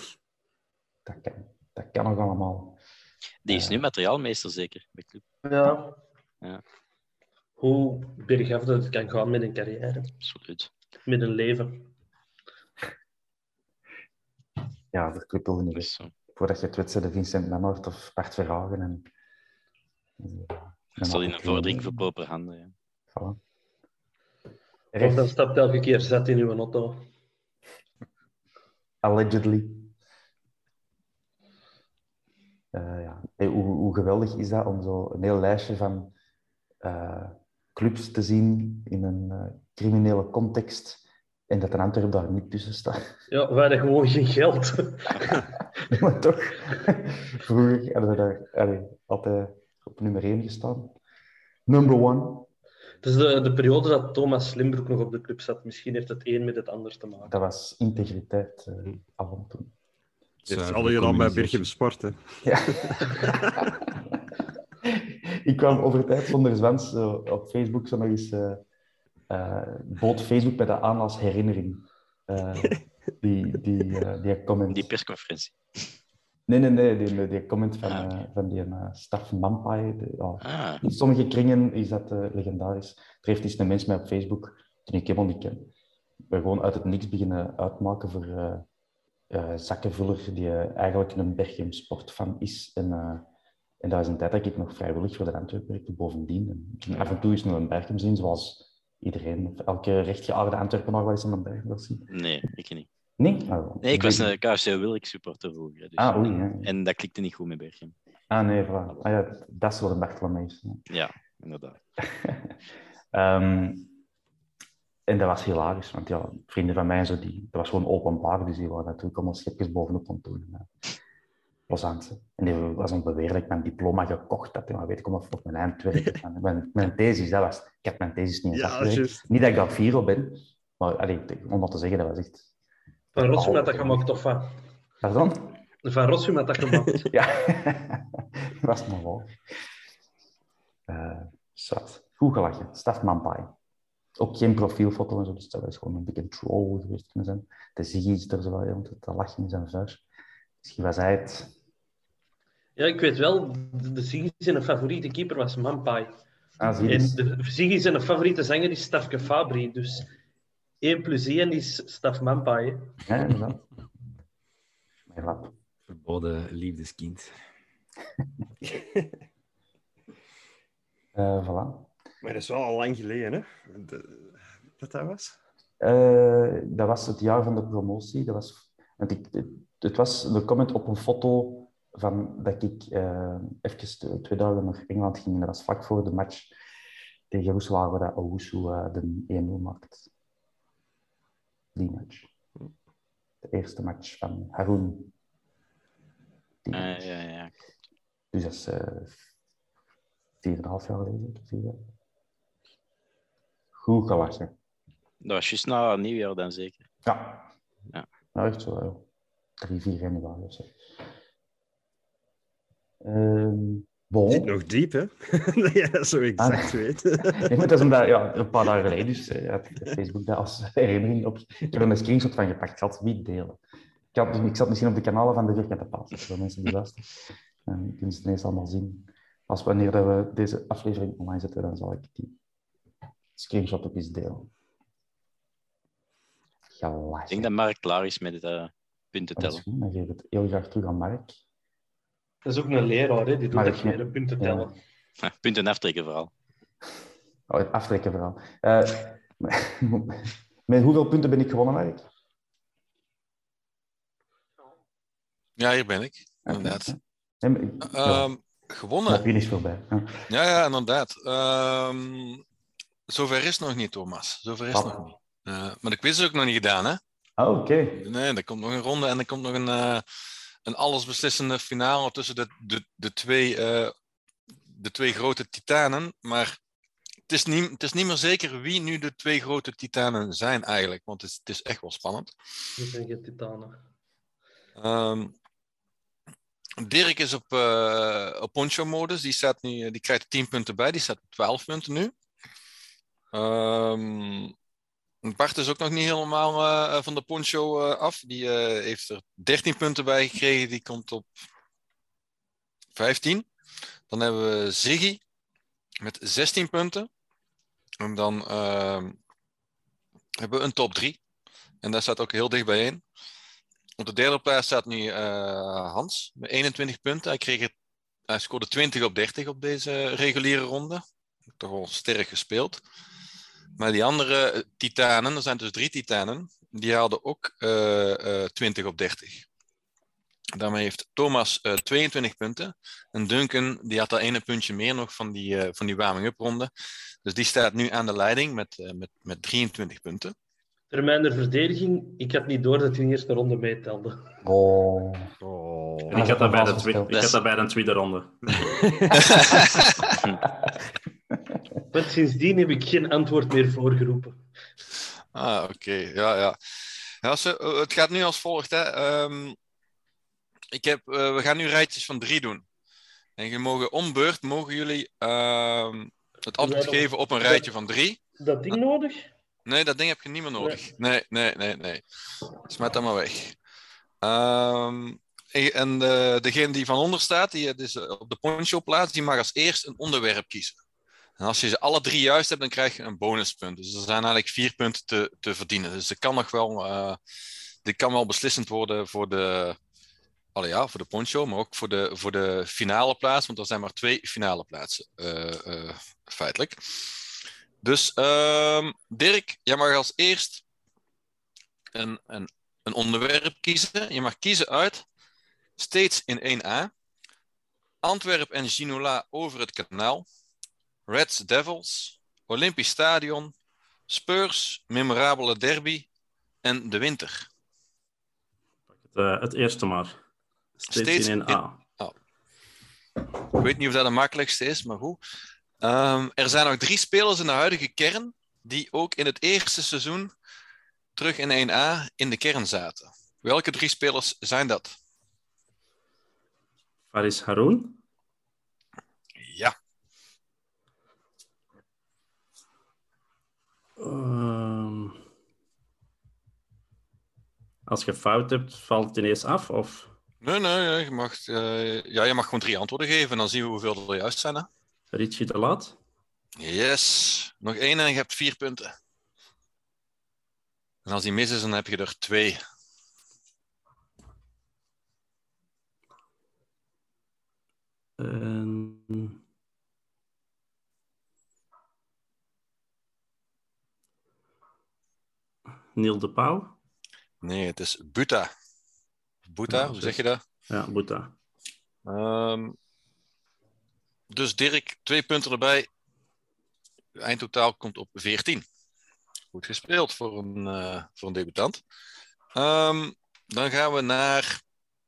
dat kan nog allemaal. Die is nu materiaalmeester zeker, bij Club. Ja. hoe bergaf dat het kan gaan met een carrière. Absoluut. Met een leven. Ja, verkwippelde niet. Dus, Voordat je het weet, de Vincent Manhart of Bart Verhagen. En dat zal in een vordering voor proper handen. Ja. Voilà. Of dan stapt elke keer zet in uw auto. Allegedly. Ja. Hey, hoe geweldig is dat om zo een heel lijstje van clubs te zien in een criminele context en dat een Antwerp daar niet tussen staat. Ja, wij hadden gewoon geen geld. Maar toch, vroeger hadden we daar altijd op nummer 1 gestaan. Number 1. Het is de periode dat Thomas Slimbroek nog op de club zat. Misschien heeft het een met het ander te maken. Dat was integriteit af en toe. Het is alle gedaan bij Berchem Sport, hè. Ja. Ik kwam over tijd zonder zwans op Facebook zo nog eens... bood Facebook bij dat aan als herinnering. Die comment. Die persconferentie. Nee, die comment van die Staf Mampai. In sommige kringen is dat legendarisch. Er heeft eens een mens mij op Facebook, die ik helemaal niet ken, gewoon uit het niks beginnen uitmaken voor zakkenvuller die eigenlijk een Berchem Sportfan is. En dat is een tijd dat ik nog vrijwillig voor de Antwerpen werkte bovendien. En af en toe is nog een Berchem zien, zoals iedereen. Elke rechtgeaarde Antwerpenaar wel eens aan een Berchem wil zien. Nee, ik niet. Nee? Nee, ik was een KFC Wilk supporter vroeger. Dus, oei, ja. En dat klikte niet goed met Berchem. Nee, voilà. Ja, dat is wat een Bartolomeu is. Ja, inderdaad. En dat was hilarisch, want ja, vrienden van mij, dat was gewoon openbaar, dus die waren natuurlijk allemaal schepjes bovenop aan doen. Plezant. En die was aan het beweren dat ik mijn diploma gekocht had. Maar weet ik op mijn eindwerk. Mijn thesis, ik heb mijn thesis niet eens afgewerkt. Niet dat ik daar fier op ben, maar om dat te zeggen, dat was echt... Van Rossum had dat gemaakt, of wat? Pardon? Van Rossum had dat gemaakt. Ja, dat was maar wel. Goed gelachen. Staf Mampai. Ook geen profielfoto en zo, dus dat is gewoon een beetje een troll geweest kunnen zijn. De Ziggy is er zo wel heel te lachen in zijn vuist. Misschien was hij het... Ja, ik weet wel, de Ziggy zijn favoriete keeper was Mampai. En de Ziggy zijn favoriete zanger is Stafke Fabri, dus 1 + 1 is Staf Mampai. Ja, inderdaad. Mijn lap. Verboden liefdeskind. Voilà. Maar dat is wel al lang geleden, hè? Dat was? Dat was het jaar van de promotie. Dat was... Het was de comment op een foto van dat ik even 2 dagen naar Engeland ging. Dat was vlak voor de match tegen Roeselaar, waar dat Owusu de 1-0 maakt. Die match. De eerste match van Haroun. Ja. Dus dat is 4,5 jaar geleden. 4 jaar. Goed gelachen. Dat was juist na nieuwjaar dan zeker? Ja. Nou, echt zo 3-4 januari of zo. Bon. Zit nog diep, hè? Dat jij dat zo exact weet. Nee, maar dat is omdat, een paar dagen geleden, dus had Facebook dat als herinnering op. Ik heb er een screenshot van gepakt, ik zal het niet delen. Ik zat misschien op de kanalen van de Vierkante Paas, voor mensen die luisteren. En kunnen ze het ineens allemaal zien. Wanneer we deze aflevering online zetten, dan zal ik die screenshot ook eens delen. Gelachen. Ik denk dat Mark klaar is met het punten tellen. Dan geef ik het heel graag terug aan Mark. Dat is ook een leraar, hè? Die doet echt meer punten tellen. Ja. Punten aftrekken vooral. Aftrekken vooral. Met hoeveel punten ben ik gewonnen, Mark? Ja, hier ben ik. Inderdaad. Gewonnen? Heb je niet voorbij. Ja, inderdaad. Zover is het nog niet, Thomas. Zover is het nog niet. Maar de quiz is ook nog niet gedaan, hè? Oh, oké. Nee, er komt nog een ronde en er komt nog een allesbeslissende finale tussen de twee grote titanen. Maar het is niet meer zeker wie nu de 2 grote titanen zijn eigenlijk. Want het is echt wel spannend. Dat zijn geen titanen. Dirk is op poncho-modus. Die krijgt 10 punten bij. Die staat op 12 punten nu. Bart is ook nog niet helemaal van de poncho af. Die heeft er 13 punten bij gekregen. Die komt op 15. Dan hebben we Ziggy met 16 punten. En dan hebben we een top 3. En daar staat ook heel dicht bijeen. Op de derde plaats staat nu Hans met 21 punten. Hij scoorde 20 op 30 op deze reguliere ronde. Toch wel sterk gespeeld. Maar die andere titanen, er zijn dus 3 titanen, die hadden ook 20 op 30. Daarmee heeft Thomas 22 punten. En Duncan die had daar 1 puntje meer nog van die warming-up ronde. Dus die staat nu aan de leiding met 23 punten. Termijn der verdediging, ik had niet door dat hij in de eerste ronde meetelde. En ik had dat bij de tweede ronde. Want sindsdien heb ik geen antwoord meer voorgeroepen. Oké. Ja, het gaat nu als volgt. Hè. We gaan nu rijtjes van 3 doen. En om beurt mogen jullie het antwoord geven op een rijtje van 3. Dat ding nodig? Nee, dat ding heb je niet meer nodig. Nee. Smet dat maar weg. En degene die van onder staat, die dus op de poncho plaats, die mag als eerst een onderwerp kiezen. En als je ze alle 3 juist hebt, dan krijg je een bonuspunt. Dus er zijn eigenlijk 4 punten te verdienen. Dus dit kan wel beslissend worden voor de poncho, maar ook voor de finale plaats, want er zijn maar 2 finale plaatsen, feitelijk. Dus Dirk, jij mag als eerst een onderwerp kiezen. Je mag kiezen uit Steeds in 1A, Antwerp en Ginola over het kanaal, Reds Devils, Olympisch Stadion, Spurs, memorabele derby en de winter. Het eerste maar. Steeds in 1A. Ik weet niet of dat de makkelijkste is, maar goed. Er zijn nog 3 spelers in de huidige kern die ook in het eerste seizoen terug in 1A in de kern zaten. Welke 3 spelers zijn dat? Faris Haroun? Ja. Als je fout hebt, valt het ineens af? Of? Nee, je mag gewoon 3 antwoorden geven en dan zien we hoeveel er juist zijn. Hè? Richie de Laat? Yes. Nog 1 en je hebt 4 punten. En als die mis is, dan heb je er 2. Neil de Pauw? Nee, het is Buta. Buta, hoe zeg je dat? Ja, Buta. Dus Dirk, 2 punten erbij. Het eindtotaal komt op 14. Goed gespeeld voor een debutant. Dan gaan we naar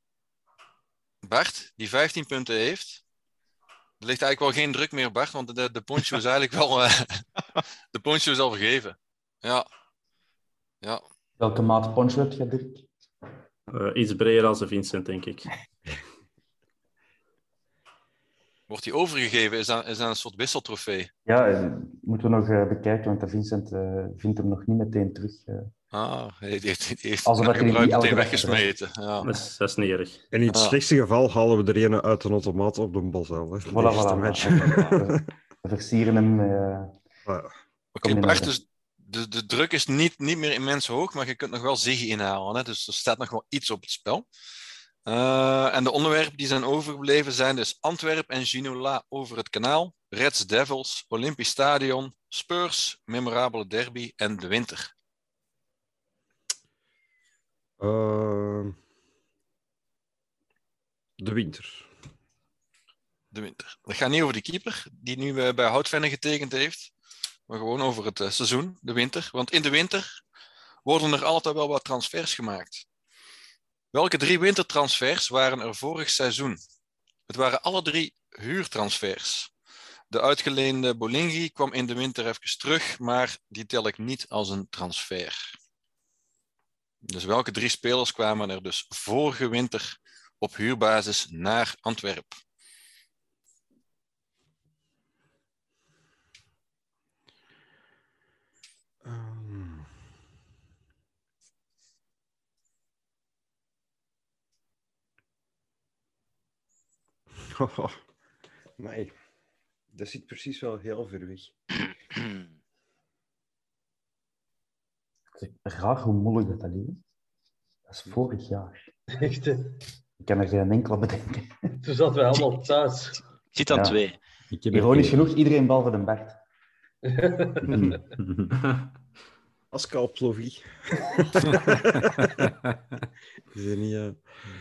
Bart, die 15 punten heeft. Er ligt eigenlijk wel geen druk meer, Bart, want de poncho is eigenlijk wel... de poncho is al vergeven. Ja. Welke maat poncho heb je, Dirk? Iets breder als de Vincent, denk ik. Wordt die overgegeven? Is dat een soort wisseltrofee? Ja, moeten we nog bekijken, want de Vincent vindt hem nog niet meteen terug. Hij heeft Alsof hem hij die gebruikt elke meteen dag weggesmeten. Ja. Dat is niet erg. In het slechtste geval halen we er een uit een automaat op de bos. Voilà. We versieren hem. Oké, Bart, dus de druk is niet meer immens hoog, maar je kunt nog wel Ziggy inhalen. Hè? Dus er staat nog wel iets op het spel. En de onderwerpen die zijn overgebleven zijn dus Antwerp en Ginola over het kanaal, Reds Devils, Olympisch Stadion, Spurs, memorabele derby en de winter. De winter. De winter. Dat gaat niet over de keeper, die nu bij Houtvennen getekend heeft, maar gewoon over het seizoen, de winter. Want in de winter worden er altijd wel wat transfers gemaakt. Welke 3 wintertransfers waren er vorig seizoen? Het waren alle 3 huurtransfers. De uitgeleende Bolingi kwam in de winter even terug, maar die tel ik niet als een transfer. Dus welke 3 spelers kwamen er dus vorige winter op huurbasis naar Antwerpen? Nee, dat zit precies wel heel ver weg. Raar hoe moeilijk dat is. Dat is vorig jaar. Echt, hè? Ik kan er geen enkele bedenken. Toen zaten wij allemaal thuis. Ik zit aan 2. Ironisch genoeg, iedereen behalve de Bert. Pascal Plovy. Is er niet...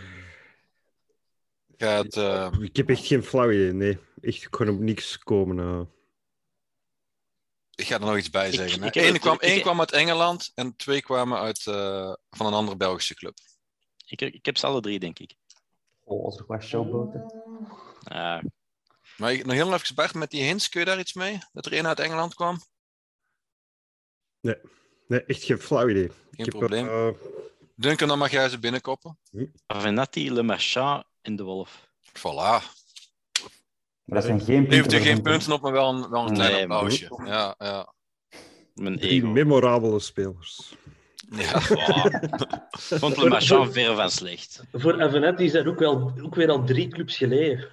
Ik heb echt geen flauw idee, nee. Echt, ik kon op niks komen. Ik ga er nog iets bij zeggen. Eén kwam uit Engeland en 2 kwamen uit van een andere Belgische club. Ik heb ze alle 3, denk ik. Oh, als er wat showboten. Maar nog heel even, Bert, met die hints, kun je daar iets mee? Dat er één uit Engeland kwam? Nee, echt geen flauw idee. Geen probleem. Duncan, dan mag jij ze binnenkoppen. Avenatti, Le Marchand en De Wolf. Voilà. Maar dat zijn geen punten. Heeft u geen punten op, maar wel een klein applausje. Ja. Mijn 3 ego. memorabele spelers. Ja. Vond Le Marchand ver van slecht. Voor Avenatti is dat ook weer al 3 clubs geleden.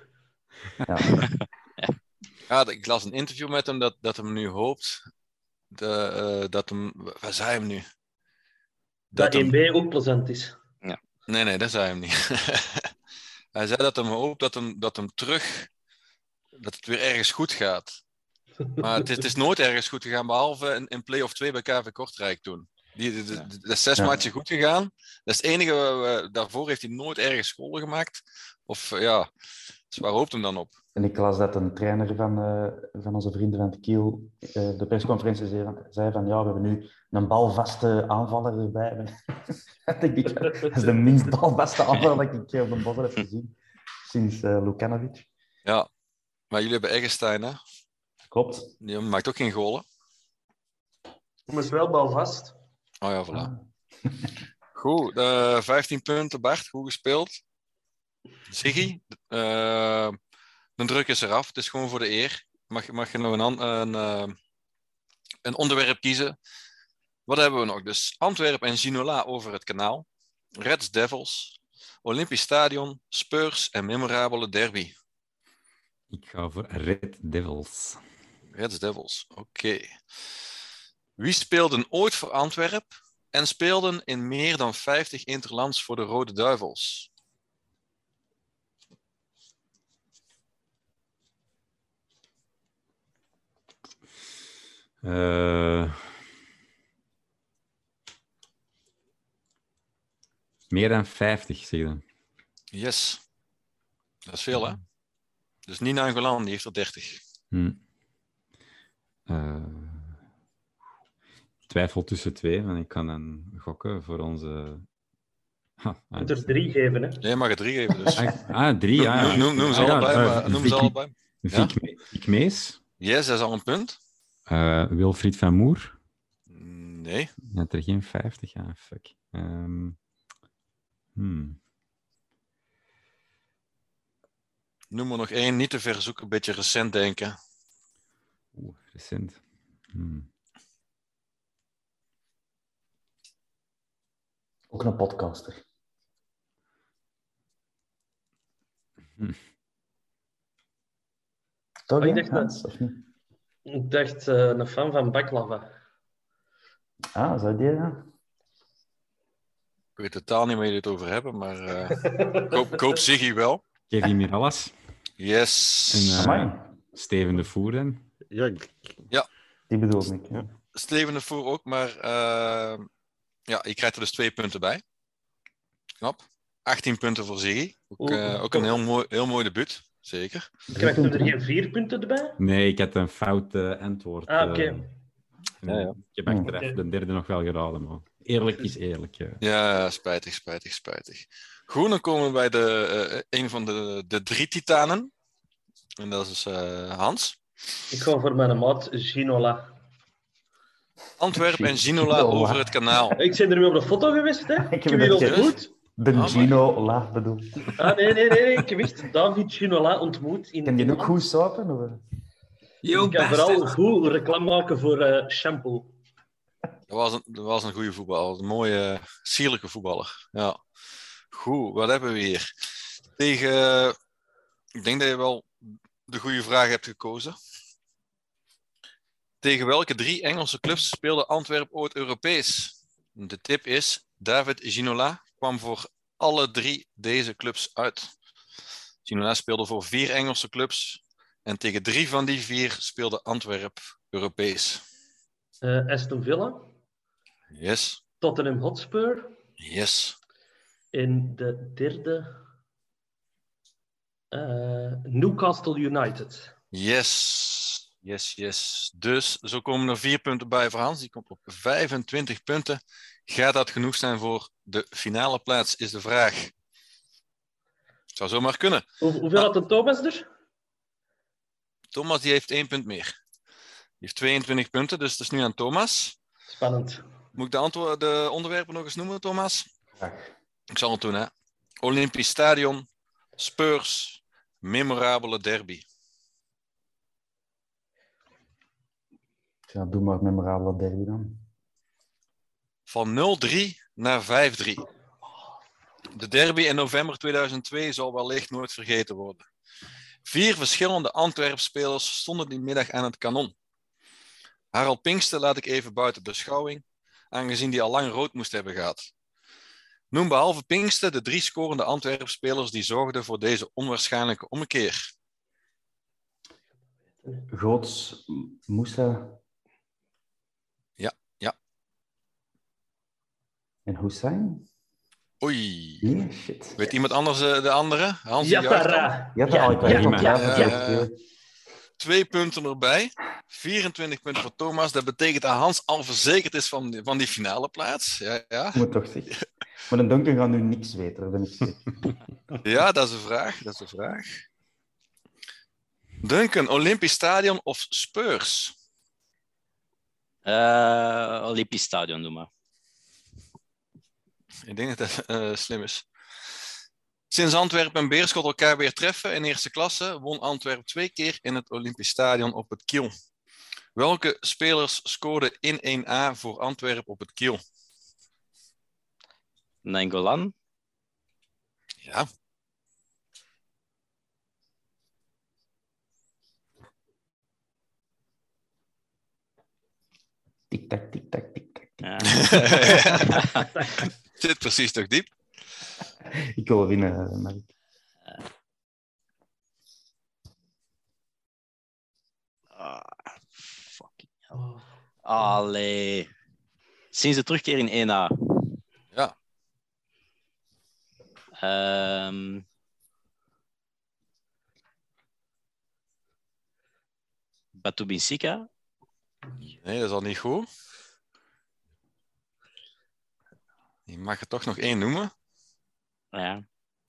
Ja, ik las een interview met hem dat hem nu hoopt. Dat hem. Waar zei hem nu? Dat 1B ook plezant is. Ja. Nee, dat zei hem niet. Hij zei dat hem hoopt dat hem terug. Dat het weer ergens goed gaat. Maar het is nooit ergens goed gegaan, behalve in play-off 2 bij KV Kortrijk toen. Dat is 6 matchen goed gegaan. Dat is het enige. Daarvoor heeft hij nooit ergens scholen gemaakt. Of ja, dus waar hoopt hem dan op? En ik las dat een trainer van onze vrienden van de Kiel de persconferentie zei van ja, we hebben nu een balvaste aanvaller erbij. Dat is de minst balvaste aanvaller dat ik op de Bos heb gezien. Sinds Lukanovic. Ja, maar jullie hebben Eggestein, hè? Klopt. Die maakt ook geen golen. Maar is wel balvast. Oh ja, voilà. Goed, 15 punten, Bart. Goed gespeeld. Ziggy, de druk is eraf. Het is gewoon voor de eer. Mag je nog een onderwerp kiezen? Wat hebben we nog? Dus Antwerpen en Ginola over het kanaal. Reds Devils. Olympisch Stadion. Spurs en memorabele derby. Ik ga voor Red Devils. Reds Devils, oké. Wie speelden ooit voor Antwerpen en speelden in meer dan 50 interlands voor de Rode Duivels? Meer dan 50, zeg je dan. Yes. Dat is veel, hè? Dus Nina Angolan, die heeft er 30. Ik twijfel tussen 2, want ik kan dan gokken voor onze... Je moet er 3 geven, hè? Nee, je mag er 3 geven. Dus. 3, ja. Noem ze allebei. Noem ze allebei. Vic Mees. Yes, dat is al een punt. Wilfried van Moer. Nee. Net er geen 50, ja, fuck. Noem er nog 1, niet te ver zoeken, een beetje recent denken. Recent. Ook een podcaster. Toch, ik dacht een fan van Baklava. Ah, zou die ja? Ik weet totaal niet waar jullie het over hebben, maar ik hoop Ziggy wel. Kevin Mirallas. Yes. En Steven de Voer dan. Ja. Die bedoel ik. Ja. Steven de Voer ook, maar ja, je krijgt er dus 2 punten bij. Knap. 18 punten voor Ziggy. Ook een heel mooi debuut. Zeker. Krijg je er geen 4 punten erbij? Nee, ik had een fout antwoord. Oké. Ja. Ik heb achteraf de derde nog wel geraden, maar eerlijk is eerlijk. Ja, spijtig. Goed, dan komen we bij een van de 3 titanen. En dat is Hans. Ik ga voor mijn maat Ginola. Antwerpen en Ginola over het kanaal. Ik ben er weer op de foto geweest, hè? Ik heb hier ontmoet. De Ginola bedoel. Nee. Ik heb echt David Ginola ontmoet. Kan je ook goed sapen? Ik kan vooral goed reclame maken voor shampoo. Dat was een goede voetballer. Een mooie, sierlijke voetballer. Ja. Goed, wat hebben we hier? Ik denk dat je wel de goede vraag hebt gekozen. Tegen welke 3 Engelse clubs speelde Antwerpen ooit Europees? De tip is, David Ginola kwam voor alle 3 deze clubs uit. Ginola speelde voor 4 Engelse clubs en tegen 3 van die 4 speelde Antwerp Europees. Aston Villa. Yes. Tottenham Hotspur. Yes. En de derde... Newcastle United. Yes. Dus zo komen er 4 punten bij voor Hans. Die komt op 25 punten. Gaat dat genoeg zijn voor de finale plaats, is de vraag. Zou zomaar kunnen. Hoeveel had de Thomas er? Thomas die heeft 1 punt meer. Die heeft 22 punten, dus het is nu aan Thomas. Spannend. Moet ik de onderwerpen nog eens noemen, Thomas? Ja. Ik zal het doen, hè. Olympisch Stadion, Spurs, memorabele derby. Ja, doe maar het memorabele derby dan. Van 0-3 naar 5-3. De derby in november 2002 zal wellicht nooit vergeten worden. 4 verschillende Antwerp-spelers stonden die middag aan het kanon. Harald Pinkster laat ik even buiten beschouwing, aangezien die al lang rood moest hebben gehad. Noem behalve Pinkster de 3 scorende Antwerp-spelers die zorgden voor deze onwaarschijnlijke ommekeer. Goots, Moussa Ja. en Hussein? Oei. Nee, shit. Weet iemand anders de andere? Hans Yattara. Ja. 2 punten erbij. 24 punten voor Thomas. Dat betekent dat Hans al verzekerd is van die finale plaats. Ja. Moet toch zeggen. Maar een Duncan gaat nu niks weten, dat ben ik zeker. Ja, dat is de vraag. Duncan, Olympisch Stadion of Spurs? Olympisch Stadion, doe maar. Ik denk dat dat slim is. Sinds Antwerpen en Beerschot elkaar weer treffen in eerste klasse, won Antwerpen 2 keer in het Olympisch Stadion op het Kiel. Welke spelers scoorden in 1A voor Antwerpen op het Kiel? Nainggolan. Ja. Tik-tak, tik-tak, tik-tak. Ja. Zit precies toch diep? Ik wil winnen, Mark. Fucking hell. Allee. Sinds de terugkeer in 1A. Ja. Batu Binsika. Nee, dat is al niet goed. Je mag er toch nog 1 noemen. Ja.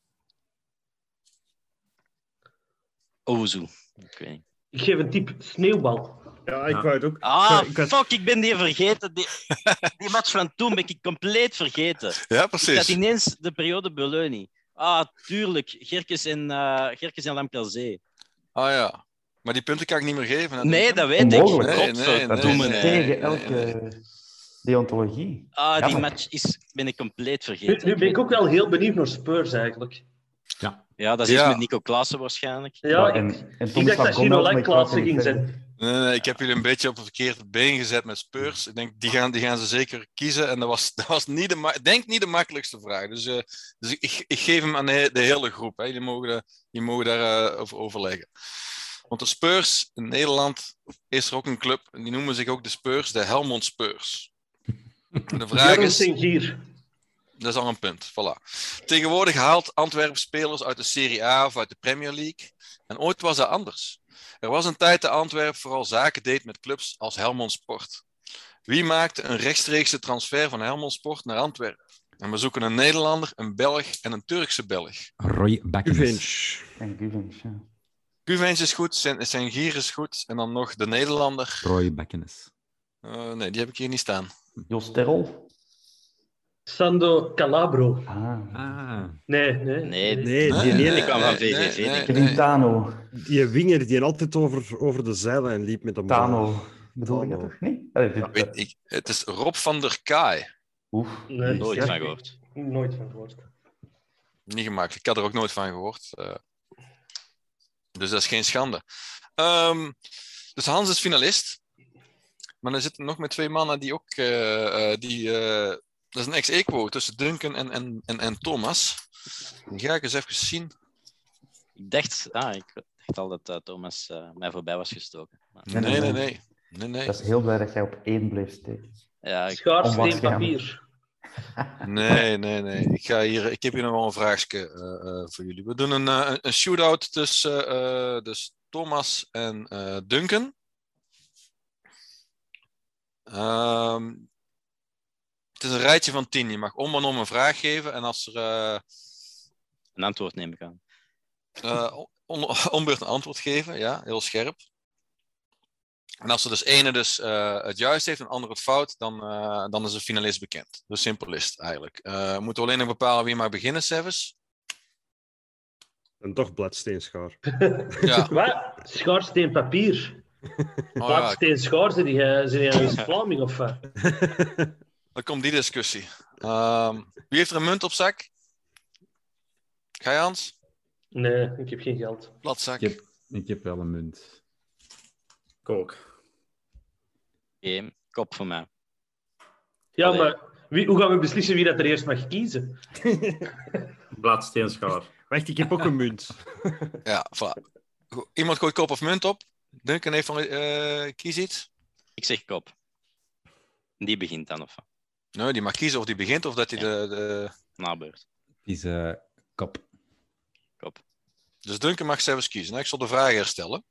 Ozu. Ik weet niet. Ik geef een tip. Sneeuwbal. Ja, ik wou het ook. Fuck, ik ben die vergeten. Die match van toen ben ik compleet vergeten. Ja, precies. Ik had ineens de periode Beleuni. Tuurlijk. Gerkes en Lamkelzee. Ah ja. Maar die punten kan ik niet meer geven. Nee, dat weet ik. Godverdomme. Tegen elke deontologie. Die match ben ik compleet vergeten. Nu ben ik ook wel heel benieuwd naar Spurs eigenlijk. Ja, dat is iets met Nico Klaassen waarschijnlijk. Ja, ik dacht dat Ginola Klaassen ging zijn. Nee, ik heb jullie een beetje op het verkeerde been gezet met Spurs. Ik denk, die gaan ze zeker kiezen. En dat was niet de makkelijkste vraag. Dus ik geef hem aan de hele groep. Hè. Die mogen daar over overleggen. Want de Spurs in Nederland is er ook een club. En die noemen zich ook de Spurs, de Helmond Spurs. De vraag is... Dat is al een punt, voilà. Tegenwoordig haalt Antwerpen spelers uit de Serie A of uit de Premier League. En ooit was dat anders. Er was een tijd dat Antwerpen vooral zaken deed met clubs als Helmond Sport. Wie maakte een rechtstreekse transfer van Helmond Sport naar Antwerpen? En we zoeken een Nederlander, een Belg en een Turkse Belg. Roy Bakkens. En Guvens, ja. Guvens is goed, zijn Gier is goed. En dan nog de Nederlander. Roy Bakkens. Nee, die heb ik hier niet staan. Jos Terrel. Sando Calabro. Nee. Die kwam van VVV. Kevin Tano. Die winger die altijd over de zijlijn liep met een Tano. Bedoel je dat toch niet? Het is Rob van der Kaai. Nee, nooit van gehoord. Nooit van gehoord. Niet gemaakt. Ik had er ook nooit van gehoord. Dus dat is geen schande. Dus Hans is finalist. Maar er zitten nog met 2 mannen die ook Dat is een ex-equo tussen Duncan en Thomas. Die ga ik eens even zien. Ik dacht al dat Thomas mij voorbij was gestoken. Maar... Nee. Dat is heel blij dat jij op 1 bleef steken. Ja, Schaar, steen, papier. Nee. Ik heb hier nog wel een vraagje voor jullie. We doen een shootout tussen dus Thomas en Duncan. Het is een rijtje van 10. Je mag om en om een vraag geven. En als er... een antwoord neem ik aan. Ombeurt een antwoord geven. Ja, heel scherp. En als er dus ene het juist heeft en de andere het fout, dan is de finalist bekend. Dus simpel is het eigenlijk. Moeten we alleen nog bepalen wie mag beginnen, Sevis? En toch bladsteenschaar. Ja. Wat? Schaar, steen, papier. Bladsteen, schaar, zijn jij een Vlaming of wat? Dan komt die discussie. Wie heeft er een munt op zak? Ga je, Hans? Nee, ik heb geen geld. Bladzak. Ik heb wel een munt. Ik ook. Kop voor mij. Ja, maar hoe gaan we beslissen wie dat er eerst mag kiezen? Bladsteenschaar. Wacht, ik heb ook een munt. Ja, voilà. Iemand gooit kop of munt op. Duncan heeft van kies iets. Ik zeg kop. Die begint dan, of wat? Nee, die mag kiezen of die begint of dat hij de... Nabeurt. Het is kop. Kop. Dus Duncan mag zelfs kiezen. Ik zal de vraag herstellen.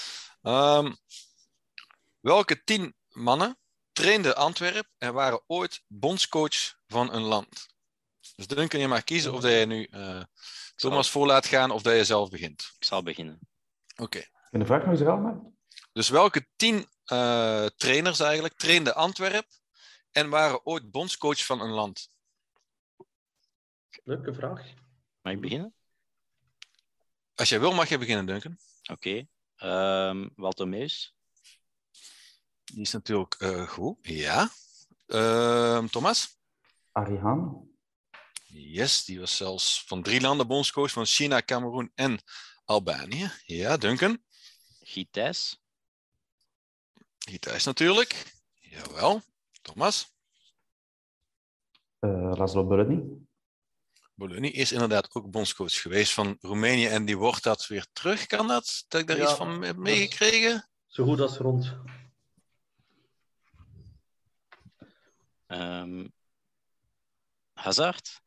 Welke 10 mannen trainden Antwerpen en waren ooit bondscoach van een land? Dus Duncan, je mag kiezen of dat je nu Thomas voor laat gaan of dat je zelf begint. Ik zal beginnen. Oké. Kun je de vraag nog eens herhalen? Dus welke 10 trainers eigenlijk trainden Antwerpen en waren ooit bondscoach van een land? Leuke vraag. Mag ik beginnen? Als jij wil, mag je beginnen, Duncan. Oké. Walter Meus. Die is natuurlijk goed. Ja. Thomas? Arie Haan. Yes, die was zelfs van 3 landen bondscoach, van China, Cameroen en Albanië. Ja, Duncan? Guy Thijs. Guy Thijs natuurlijk. Jawel. Thomas? Laszlo Bölöni. Bölöni is inderdaad ook bondscoach geweest van Roemenië en die wordt dat weer terug. Kan dat? Dat ik daar iets van heb meegekregen? Zo goed als rond. Hazard.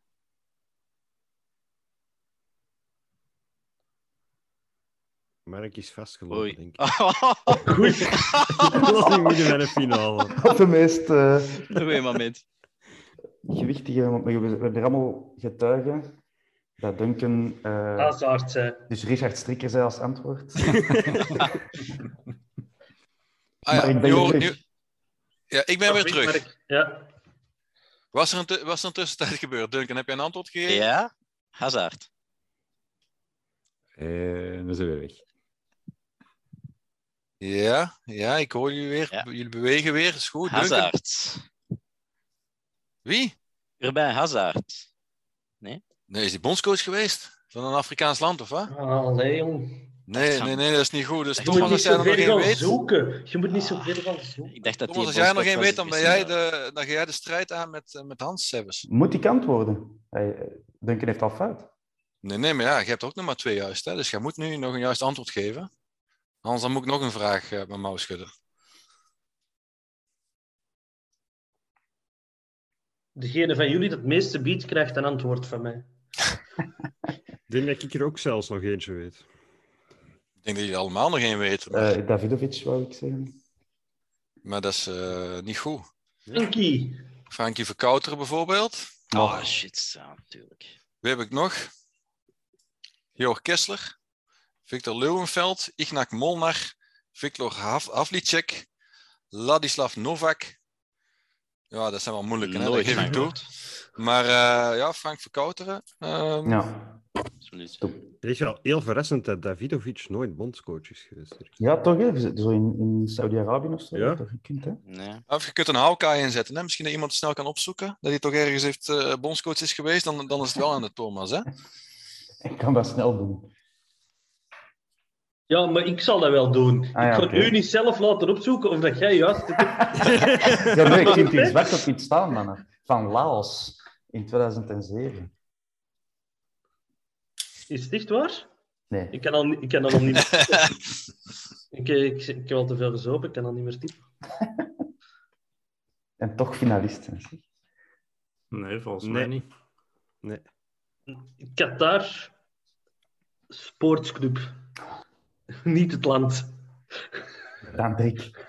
Mark is vastgelopen, denk ik. Goed. Dat is niet midden van de finale. Op de meest Goeie moment. gewichtige... Want we hebben er allemaal getuigen dat Duncan... Hazard zei. Dus Richard Strikker zei als antwoord. Ja, maar ik ben weer terug. Ja, ik ben weer terug. Ja. Was er een tussentijd gebeurd? Duncan, heb jij een antwoord gegeven? Ja, Hazard. Dan zijn we weg. Ja, ik hoor jullie weer. Ja. Jullie bewegen weer. Is goed. Duncan. Hazard. Wie? Erbij Hazard. Nee, is die bondscoach geweest? Van een Afrikaans land, of wat? Allee, jong. Nee, dat is niet goed. Dus Je Thomas, moet niet als jij zo er nog ver één gaan weet... zoeken. Je moet niet zo ver gaan zoeken. Ik dacht dat Thomas, die als jij er nog één bondscoach weet, was, dan ga jij de strijd aan met Hans Seves. Moet ik antwoorden? Duncan heeft al fout. Nee, maar ja, je hebt ook nog maar 2 juist. Hè? Dus jij moet nu nog een juist antwoord geven. Anders dan moet ik nog een vraag met mouw schudden. Degene van jullie dat het meeste biedt, krijgt een antwoord van mij. Ik denk dat ik er ook zelfs nog eentje weet. Ik denk dat jullie allemaal nog één weten. Maar, Davidovic, wou ik zeggen. maar dat is niet goed. Frankie. Frankie Verkouteren bijvoorbeeld. Oh, shit. Ja, natuurlijk. Wie heb ik nog? Jorg Kessler. Victor Leuwenveld. Ignac Molnar. Viktor Havlicek. Ladislav Novak. Ja, dat zijn wel moeilijke, hè? Dat geef ik toe. Maar ja, Frank Verkouteren. Ja. Absoluut. Het is wel heel verrassend dat Davidovic nooit bondscoach is geweest. Ja, toch? Hè? Zo in Saudi-Arabië of zo. Ja. Dat gekund, hè? Nee. Of je kunt een Hawkeye inzetten. Hè? Misschien dat iemand het snel kan opzoeken. Dat hij toch ergens heeft bondscoach is geweest. Dan is het wel aan de Thomas. Hè? Ik kan dat snel doen. Ja, maar ik zal dat wel doen. Ah, ja, ik ga oké. u niet zelf laten opzoeken of dat jij juist... Ja, nee, ik zie het hier zwart op iets staan, mannen. van Laos in 2007. Is het echt waar? Nee. Ik kan al niet meer typen. Ik heb al te veel gezopen, ik kan al niet meer typen. En toch finalist. Hè, zeg. Nee, volgens mij niet. Nee. Qatar Sportsclub. Niet het land. Dan Drik.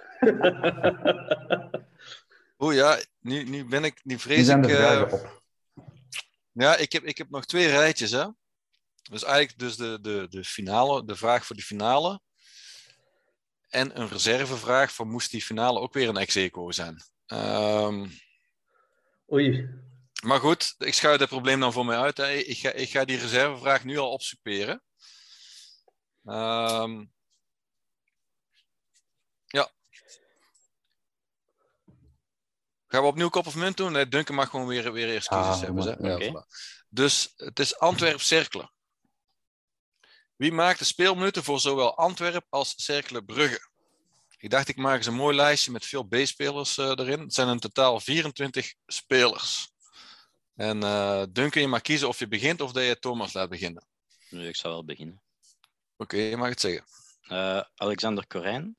Oeh ja, nu vrees Nu zijn ik... de vragen op. Ja, ik heb nog 2 rijtjes, hè. Dus eigenlijk dus de finale, de vraag voor de finale. En een reservevraag voor moest die finale ook weer een ex-equo zijn. Oei. Maar goed, ik schuif het probleem dan voor mij uit. Hè. Ik ga die reservevraag nu al opsupperen. Ja. Gaan we opnieuw kop of munt doen? Nee, Duncan mag gewoon weer eerst keuzes hebben. Ja, Okay. voilà. Dus het is Antwerp-Cerkelen. Wie maakt de speelminuten voor zowel Antwerp als Cerkelen-Brugge? Ik dacht, ik maak eens een mooi lijstje met veel B-spelers erin. Het zijn in totaal 24 spelers. En Duncan, je mag kiezen of je begint of dat je Thomas laat beginnen. Nu, ik zal wel beginnen. Oké, je mag het zeggen. Alexander Corijn.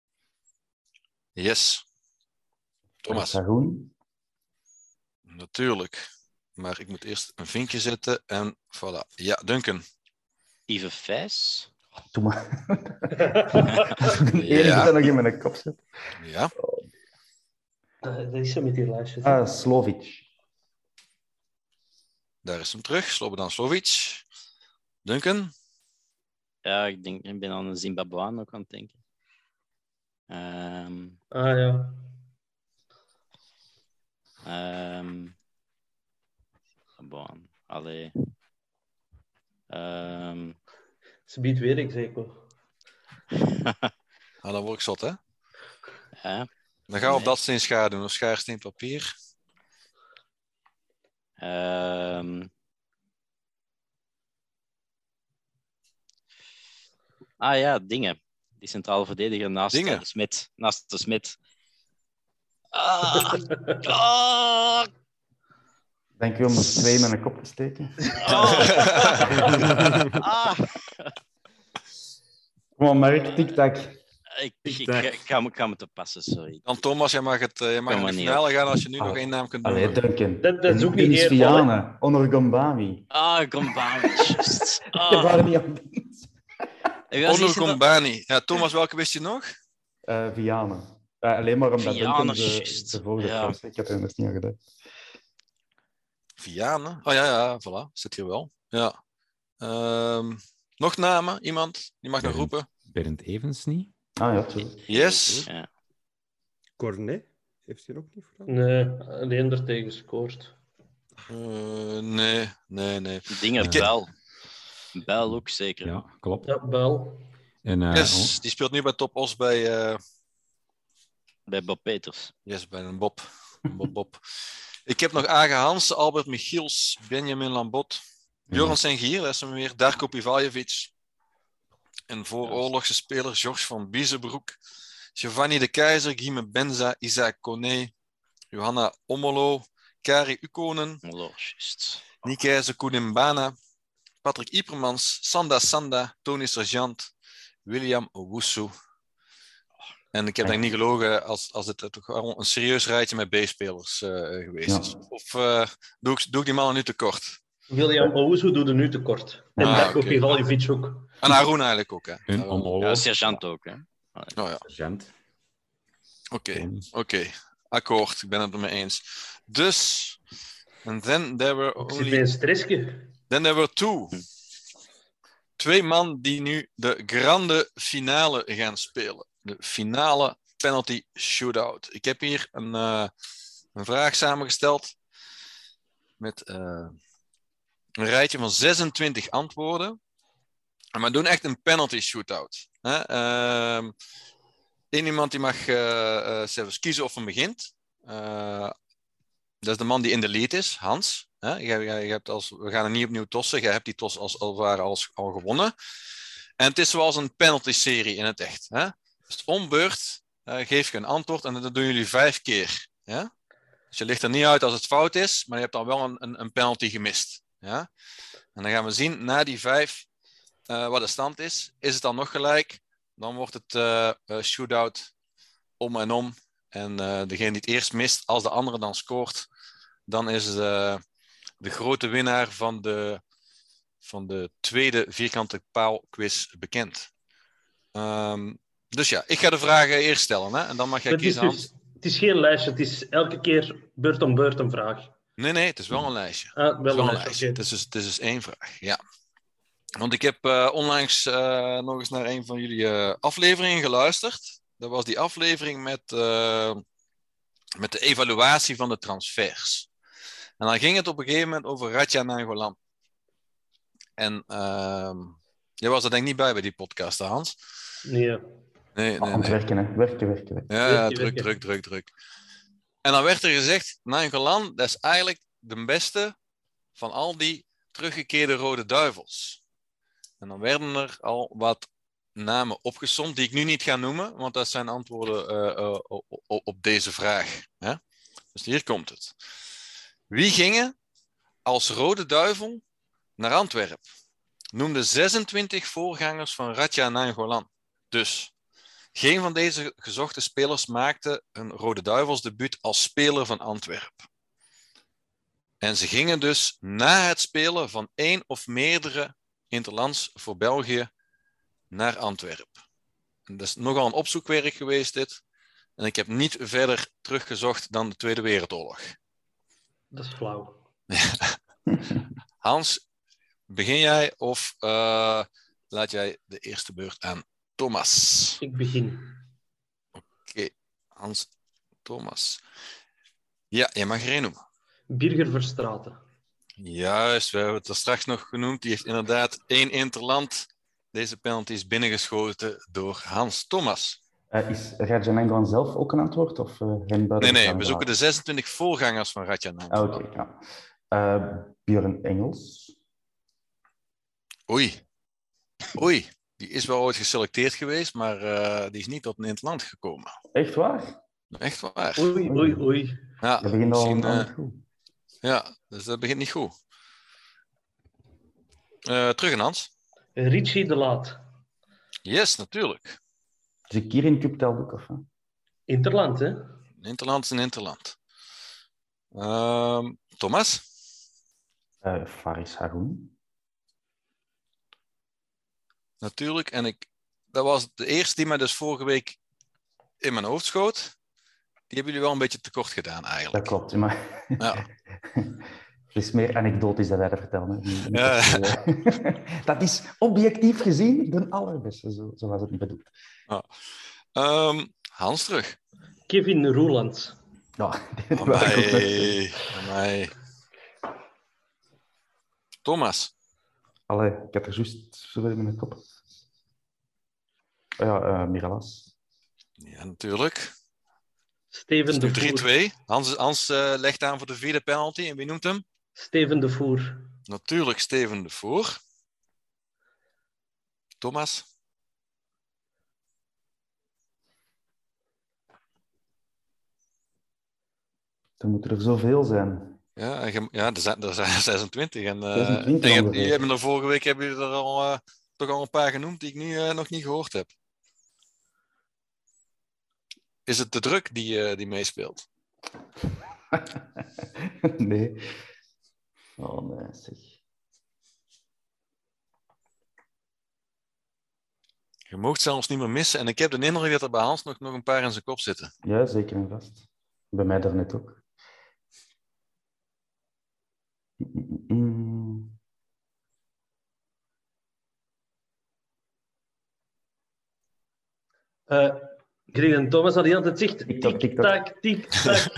Yes. Thomas. Saroen. Natuurlijk. Maar ik moet eerst een vinkje zetten en voilà. Ja, Duncan. Yves Vijs. Doe maar. De enige dat nog in mijn kop zit. Ja. Dat is zo met die lijstjes. Slovic. Daar is hem terug. Slobodan Slovic. Duncan. Ja, ik ben aan een Zimbabweaan ook aan het denken. Ja. Zimbabweaan. Allee. Ze biedt weer zeker. Dan word ik zot, hè? Ja. Dan gaan we op dat steen schaar doen. Of schaarsteen papier. Ja, Dingen. Die centrale verdediger naast Dingen. de Smit. Naast de Smit. Dank u om er 2 met een kop te steken. Kom op, Mark, tik-tak. Ik ga me te passen, sorry. Dan Thomas, jij mag in de finale gaan als je nu nog 1 naam kunt doen. Allee, Duncan. Dat is ook niet eerlijk. Vianen, Onur Gombami. Gombami, juist. Ik heb daar niet aan Onur Gombani. Ja, Thomas, welke wist je nog? Vianen. Alleen maar omdat Vianen, Duncan juist. de volgende Ja. was. Ik heb er nog niet aan gedacht. Vianen. Oh ja, voilà. Zit hier wel. Ja. Nog namen? Iemand? Die mag nog roepen. Bernd Evens niet? Ja, tuurlijk. Yes. Ja. Cornet? Heeft hij ook niet voor? Nee, alleen er tegen gescoord. Nee. Dingen, Bel. Bel ook zeker. Ja, klopt. Ja, Bel. En, Yes, die speelt nu bij Top Os bij Bob Peters. Yes, bij een Bob. Bob. Ik heb nog Age Hansen, Albert Michiels, Benjamin Lambot, Joran Sengier, dat is hem weer, Darko Pivaljevic. En vooroorlogse speler Georges van Biesebroek, Giovanni de Keizer, Guillaume Benza, Isaac Kone, Johanna Omolo, Kari Ukonen, Nikeize Kounimbana, Patrick Ipermans, Sanda, Tony Sergeant, William Owusu. En ik heb denk niet gelogen als het toch wel een serieus rijtje met B-spelers geweest is. Of doe ik die mannen nu tekort? William Owusu doet er nu tekort. En Darko Pivaljevic ook. En Haroun eigenlijk ook, hè? Ja, Sergeant ook, hè? Oh ja. Sergeant. Oké. Akkoord, ik ben het ermee eens. Dus, and then there were Ik zit bij een stressje. Then there were 2 man die nu de grande finale gaan spelen. De finale penalty shootout. Ik heb hier een vraag samengesteld met een rijtje van 26 antwoorden. En we doen echt een penalty shootout. Eén iemand die mag zelfs kiezen of hij begint. Dat is de man die in de lead is, Hans. Je hebt we gaan er niet opnieuw tossen. Jij hebt die tos al gewonnen. En het is zoals een penalty-serie in het echt. Dus om beurt geef je een antwoord en dat doen jullie 5 keer. Ja? Dus je ligt er niet uit als het fout is, maar je hebt dan wel een penalty gemist. Ja? En dan gaan we zien, na die 5, wat de stand is. Is het dan nog gelijk? Dan wordt het shootout om en om. En degene die het eerst mist, als de andere dan scoort, dan is de grote winnaar van de tweede vierkante paal quiz bekend. Dus ja, ik ga de vragen eerst stellen. Hè? En dan mag jij kiezen, Hans. Het is geen lijstje, het is elke keer beurt om beurt een vraag. Nee, het is wel een lijstje. Wel een lijstje. Okay. Het is dus 1 vraag, ja. Want ik heb onlangs nog eens naar een van jullie afleveringen geluisterd. Dat was die aflevering met de evaluatie van de transfers. En dan ging het op een gegeven moment over Radja Nainggolan. En jij was er denk ik niet bij die podcast, Hans? Nee. Nee. Aan het werken, hè. Werken. Ja, druk. En dan werd er gezegd, Nainggolan, dat is eigenlijk de beste van al die teruggekeerde Rode Duivels. En dan werden er al wat namen opgesomd, die ik nu niet ga noemen, want dat zijn antwoorden op deze vraag. Hè? Dus hier komt het. Wie gingen als Rode Duivel naar Antwerpen? Noem de 26 voorgangers van Radja Nainggolan. Dus geen van deze gezochte spelers maakte een Rode Duivels debuut als speler van Antwerpen. En ze gingen dus na het spelen van 1 of meerdere interlands voor België naar Antwerpen. En dat is nogal een opzoekwerk geweest dit. En ik heb niet verder teruggezocht dan de Tweede Wereldoorlog. Dat is flauw. Hans, begin jij of laat jij de eerste beurt aan Thomas? Ik begin. Oké, Hans, Thomas. Ja, je mag er één noemen. Birger Verstraeten. Juist, we hebben het er straks nog genoemd. Die heeft inderdaad 1 interland. Deze penalty is binnengeschoten door Hans. Thomas. Is Radja Nainggolan zelf ook een antwoord? Of, nee, we zoeken de 26 voorgangers van Radja Nainggolan. Oké, ja. Björn Engels. Oei, die is wel ooit geselecteerd geweest, maar die is niet tot een interland gekomen. Echt waar? Echt waar. Oei. Ja, dat begint al niet goed. Ja, dus dat begint niet goed. Terug aan Hans. Richie de Laat. Yes, natuurlijk. Is ik hier in Cup telt ook, of? Interland, hè? Interland is een interland. Thomas? Faris Haroun. Natuurlijk. En dat was de eerste die mij dus vorige week in mijn hoofd schoot. Die hebben jullie wel een beetje tekort gedaan, eigenlijk. Dat klopt, maar... Ja. Het is meer anekdotisch dat wij dat vertellen. Ja. Dat is objectief gezien de allerbeste, zo was het bedoeld. Ja. Hans terug. Kevin Roelands. Ja, dit wil ik ook net zeggen. Amai. Thomas. Allee, ik had er juist zo in mijn kop. Ja, Miralas. Ja, natuurlijk. Steven de Voer. 3-2. Hans legt aan voor de 4e penalty. En wie noemt hem? Steven de Voer. Natuurlijk Steven de Voer. Thomas. Er moeten er zoveel zijn. Ja, er zijn 26. En, 26 je hebt er vorige week hebben jullie er al, toch al een paar genoemd die ik nu nog niet gehoord heb. Is het de druk die meespeelt? Nee. Oh nee, zeg. Je moogt zelfs niet meer missen. En ik heb de indruk dat er bij Hans nog een paar in zijn kop zitten. Ja, zeker en vast. Bij mij daarnet ook. Greg en Thomas had die altijd zegt, tik-tak. tik-tak.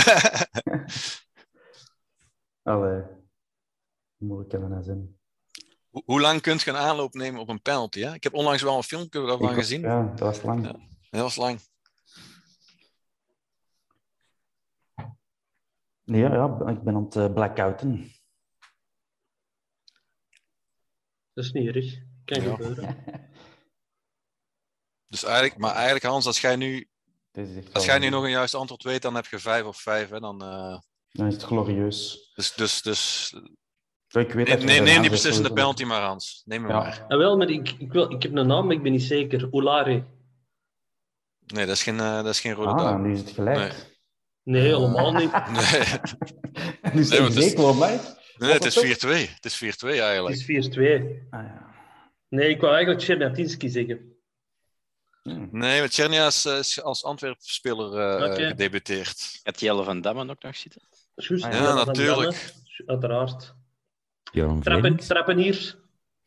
Allee, moeilijk kan dat zijn. Hoe lang kunt je een aanloop nemen op een penalty? Hè? Ik heb onlangs wel een filmpje daarvan gezien. Ja, dat was lang. Ja, dat was lang. Nee, ja, ik ben aan het blackouten. Dat is niet erg. Kan gebeuren. Dus eigenlijk Hans, als jij nu Dit is echt Als wel- jij nu nog een juist antwoord weet, dan heb je 5 of 5. Hè? Dan Dan is het glorieus. Dus Ik weet dat je neem de die naam beslissende sowieso- penalty maar, Hans. Neem hem maar. Ah, wel, maar ik heb een naam, maar ik ben niet zeker. Olare. Nee, dat is geen rode Ah, duim. nu is het gelijk. Nee. Nee, helemaal niet. Nee, Dus Nee, ik want het is- zeker wel, Mike. nee, het is 4-2. Het is 4-2 Het eigenlijk. is 4-2. Ah, ja. Nee, ik wou eigenlijk Tjernatinski zeggen. Nee, want Tjernia is als Antwerp-speler Oké. gedebuteerd. Gaat Jelle van Damme ook nog zitten? Juist, Ah, Ja, Jelle van natuurlijk. Damme. Uiteraard. Joran Vlemings. Trappenier.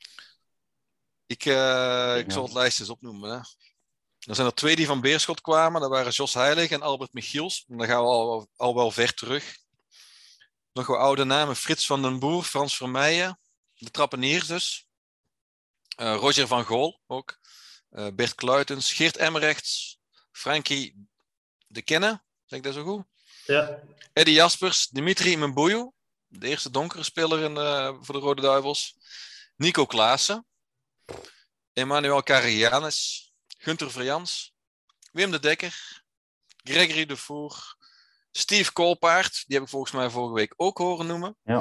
Ik zal het lijst eens opnoemen. Hè. Er zijn er 2 die van Beerschot kwamen. Dat waren Jos Heilig en Albert Michiels. Dan gaan we al wel ver terug. Nog wel oude namen. Frits van den Boer, Frans Vermeijen. De Trappeniers dus. Roger van Gool ook. Bert Kluitens. Geert Emrechts. Frankie de Kenne. Zeg ik dat zo goed? Ja. Eddie Jaspers. Dimitri Mbouyo. De eerste donkere speler voor de Rode Duivels. Nico Klaassen. Emmanuel Karianis. Gunther Verjans, Wim de Dekker, Gregory de Voer, Steve Koolpaard, die heb ik volgens mij vorige week ook horen noemen. Ja.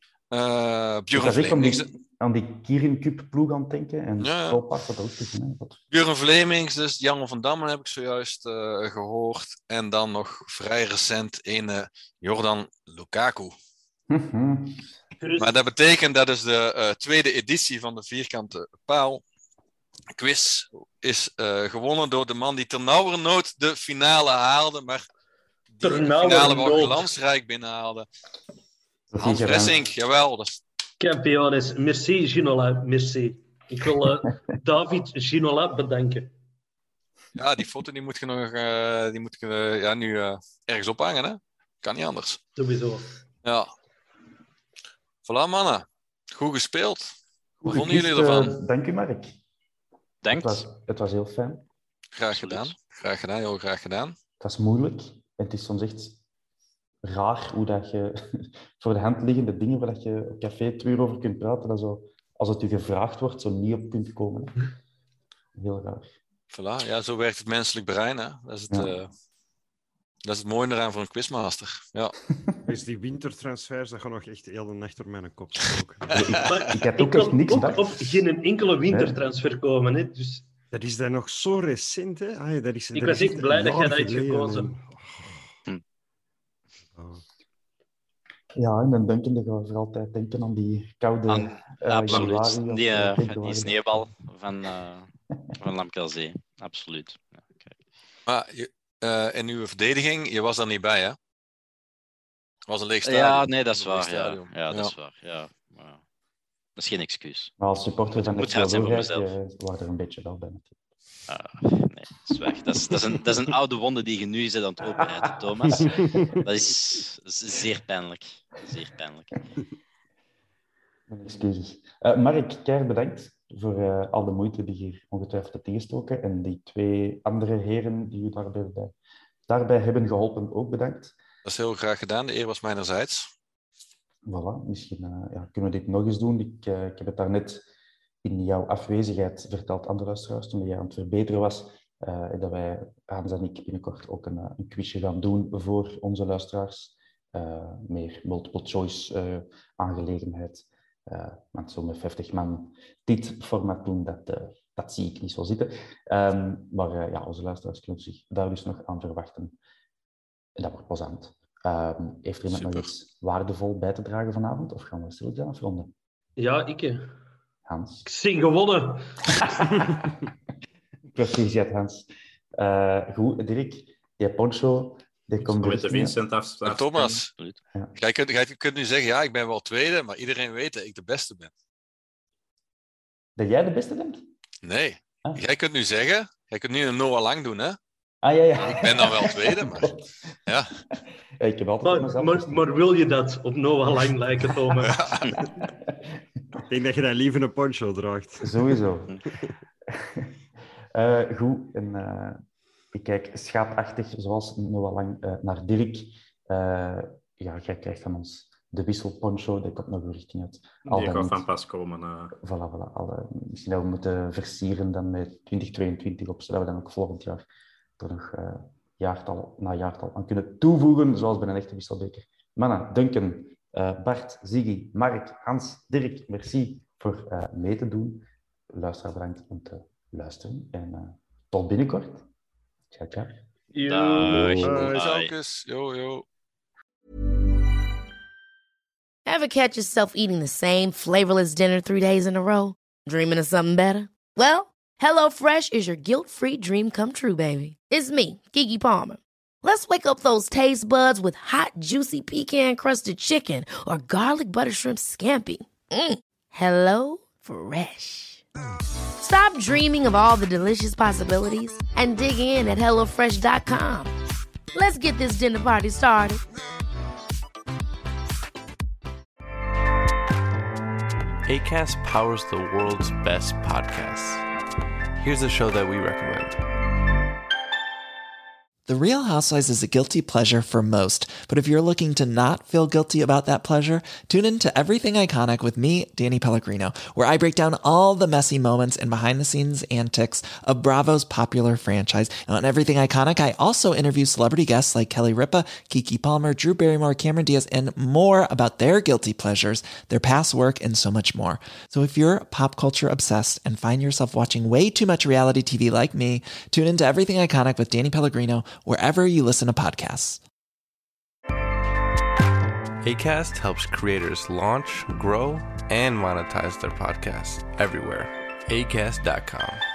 Ik Björn was echt Vlemings, aan die Kirin Cup ploeg aan het denken. En Ja. Koolpaard had ook gezien. Björn Vlemings, dus Jan van Damme heb ik zojuist gehoord. En dan nog vrij recent ene Jordan Lukaku. Maar dat betekent dat is de tweede editie van de Vierkante Paal quiz is gewonnen door de man die ternauwernood de finale haalde, maar die de finale wel glansrijk binnenhaalde. Hans Bressink, jawel. Dat is... Kampiones, merci Ginola, merci. Ik wil David Ginola bedanken. Ja, die foto die moet je nog nu ergens ophangen, hè? Kan niet anders. Sowieso. Ja. Voilà, mannen. Goed gespeeld. Wat vonden jullie ervan? Dank u, Mark. Dank. Het was heel fijn. Graag gedaan. Graag gedaan, heel graag gedaan. Het was moeilijk. Het is soms echt raar hoe dat je voor de hand liggende dingen waar dat je op café 2 uur over kunt praten, dat zo, als het u gevraagd wordt, zo niet op kunt komen. Heel raar. Voilà, ja, zo werkt het menselijk brein. Hè? Dat is het mooie eraan voor een quizmaster. Ja. Dus die wintertransfers, dat gaat nog echt heel de nacht door mijn kop stoken. Ik heb ook echt niks op geen enkele wintertransfer komen. Hè? Dus... Dat is dan nog zo recent, hè? Ik was echt blij dat jij dat hebt gekozen. Ja, en dan denken we voor altijd denken aan die koude Absoluut. januari. Die sneeuwbal van Lamkelzee. Absoluut. Ja, maar in uw verdediging, je was daar niet bij, hè? Het was een leeg stadion. Ja, nee, dat is waar. Ja, dat is waar. Ja. Maar dat is geen excuus. Maar als supporter van moet hard zijn voor mezelf. waren er een beetje wel bij natuurlijk. Nee, dat is weg. Dat is een oude wonde die je nu zit aan het openrijden, Thomas. Dat is zeer pijnlijk. Zeer pijnlijk. Mijn excuses. Mark, keihard bedankt voor al de moeite die je hier ongetwijfeld hebt ingestoken. En die 2 andere heren die u daarbij hebben geholpen, ook bedankt. Dat is heel graag gedaan. De eer was mijnerzijds. Voilà, misschien kunnen we dit nog eens doen. Ik heb het daarnet in jouw afwezigheid verteld aan de luisteraars, toen jij aan het verbeteren was, dat wij, Hans en ik, binnenkort ook een quizje gaan doen voor onze luisteraars. Meer multiple choice aangelegenheid. Want zo met 50 man dit format doen, dat zie ik niet zo zitten. Maar onze luisteraars kunnen zich daar dus nog aan verwachten. En dat wordt plezant. Heeft er iemand nog iets waardevol bij te dragen vanavond? Of gaan we stilletjes afronden? Ja, ik. Hans. Ik zie gewonnen. Proficiat, Hans. Goed, Dirk, die poncho, die komt met de Vincent En Thomas, ja. Jij kunt nu zeggen, ja, ik ben wel tweede, maar iedereen weet dat ik de beste ben. Dat jij de beste bent? Nee. Jij kunt nu zeggen, jij kunt nu een Noah Lang doen, hè? Ja. Ik ben dan wel tweede, maar... Ja. Ik heb altijd maar wil je dat op Noah Lang lijken, Thomas? Ik denk dat je daar liever een poncho draagt. Sowieso. Goed, en ik kijk schaapachtig, zoals Noah Lang, naar Dirk. Jij krijgt van ons de wisselponcho, die komt nog weer richting uit. Die gaat van pas komen. Voilà. Misschien dat we moeten versieren dan met 2022 op, zodat we dan ook volgend jaar er nog jaartal na jaartal aan kunnen toevoegen, zoals bij een echte wisselbeker. Mannen, Duncan, Bart, Ziggy, Mark, Hans, Dirk, merci voor mee te doen. Luisteraar, bedankt om te luisteren. En tot binnenkort. Ciao, ciao. Yo. Ever catch yourself eating the same flavorless dinner 3 days in a row? Dreaming of something better? Well, HelloFresh is your guilt-free dream come true, baby. It's me, Keke Palmer. Let's wake up those taste buds with hot, juicy pecan-crusted chicken or garlic butter shrimp scampi. Hello Fresh. Stop dreaming of all the delicious possibilities and dig in at HelloFresh.com. Let's get this dinner party started. Acast powers the world's best podcasts. Here's a show that we recommend. The Real Housewives is a guilty pleasure for most, but if you're looking to not feel guilty about that pleasure, tune in to Everything Iconic with me, Danny Pellegrino, where I break down all the messy moments and behind-the-scenes antics of Bravo's popular franchise. And on Everything Iconic, I also interview celebrity guests like Kelly Ripa, Keke Palmer, Drew Barrymore, Cameron Diaz, and more about their guilty pleasures, their past work, and so much more. So if you're pop culture obsessed and find yourself watching way too much reality TV like me, tune into Everything Iconic with Danny Pellegrino, wherever you listen to podcasts. Acast helps creators launch, grow, and monetize their podcasts everywhere. Acast.com.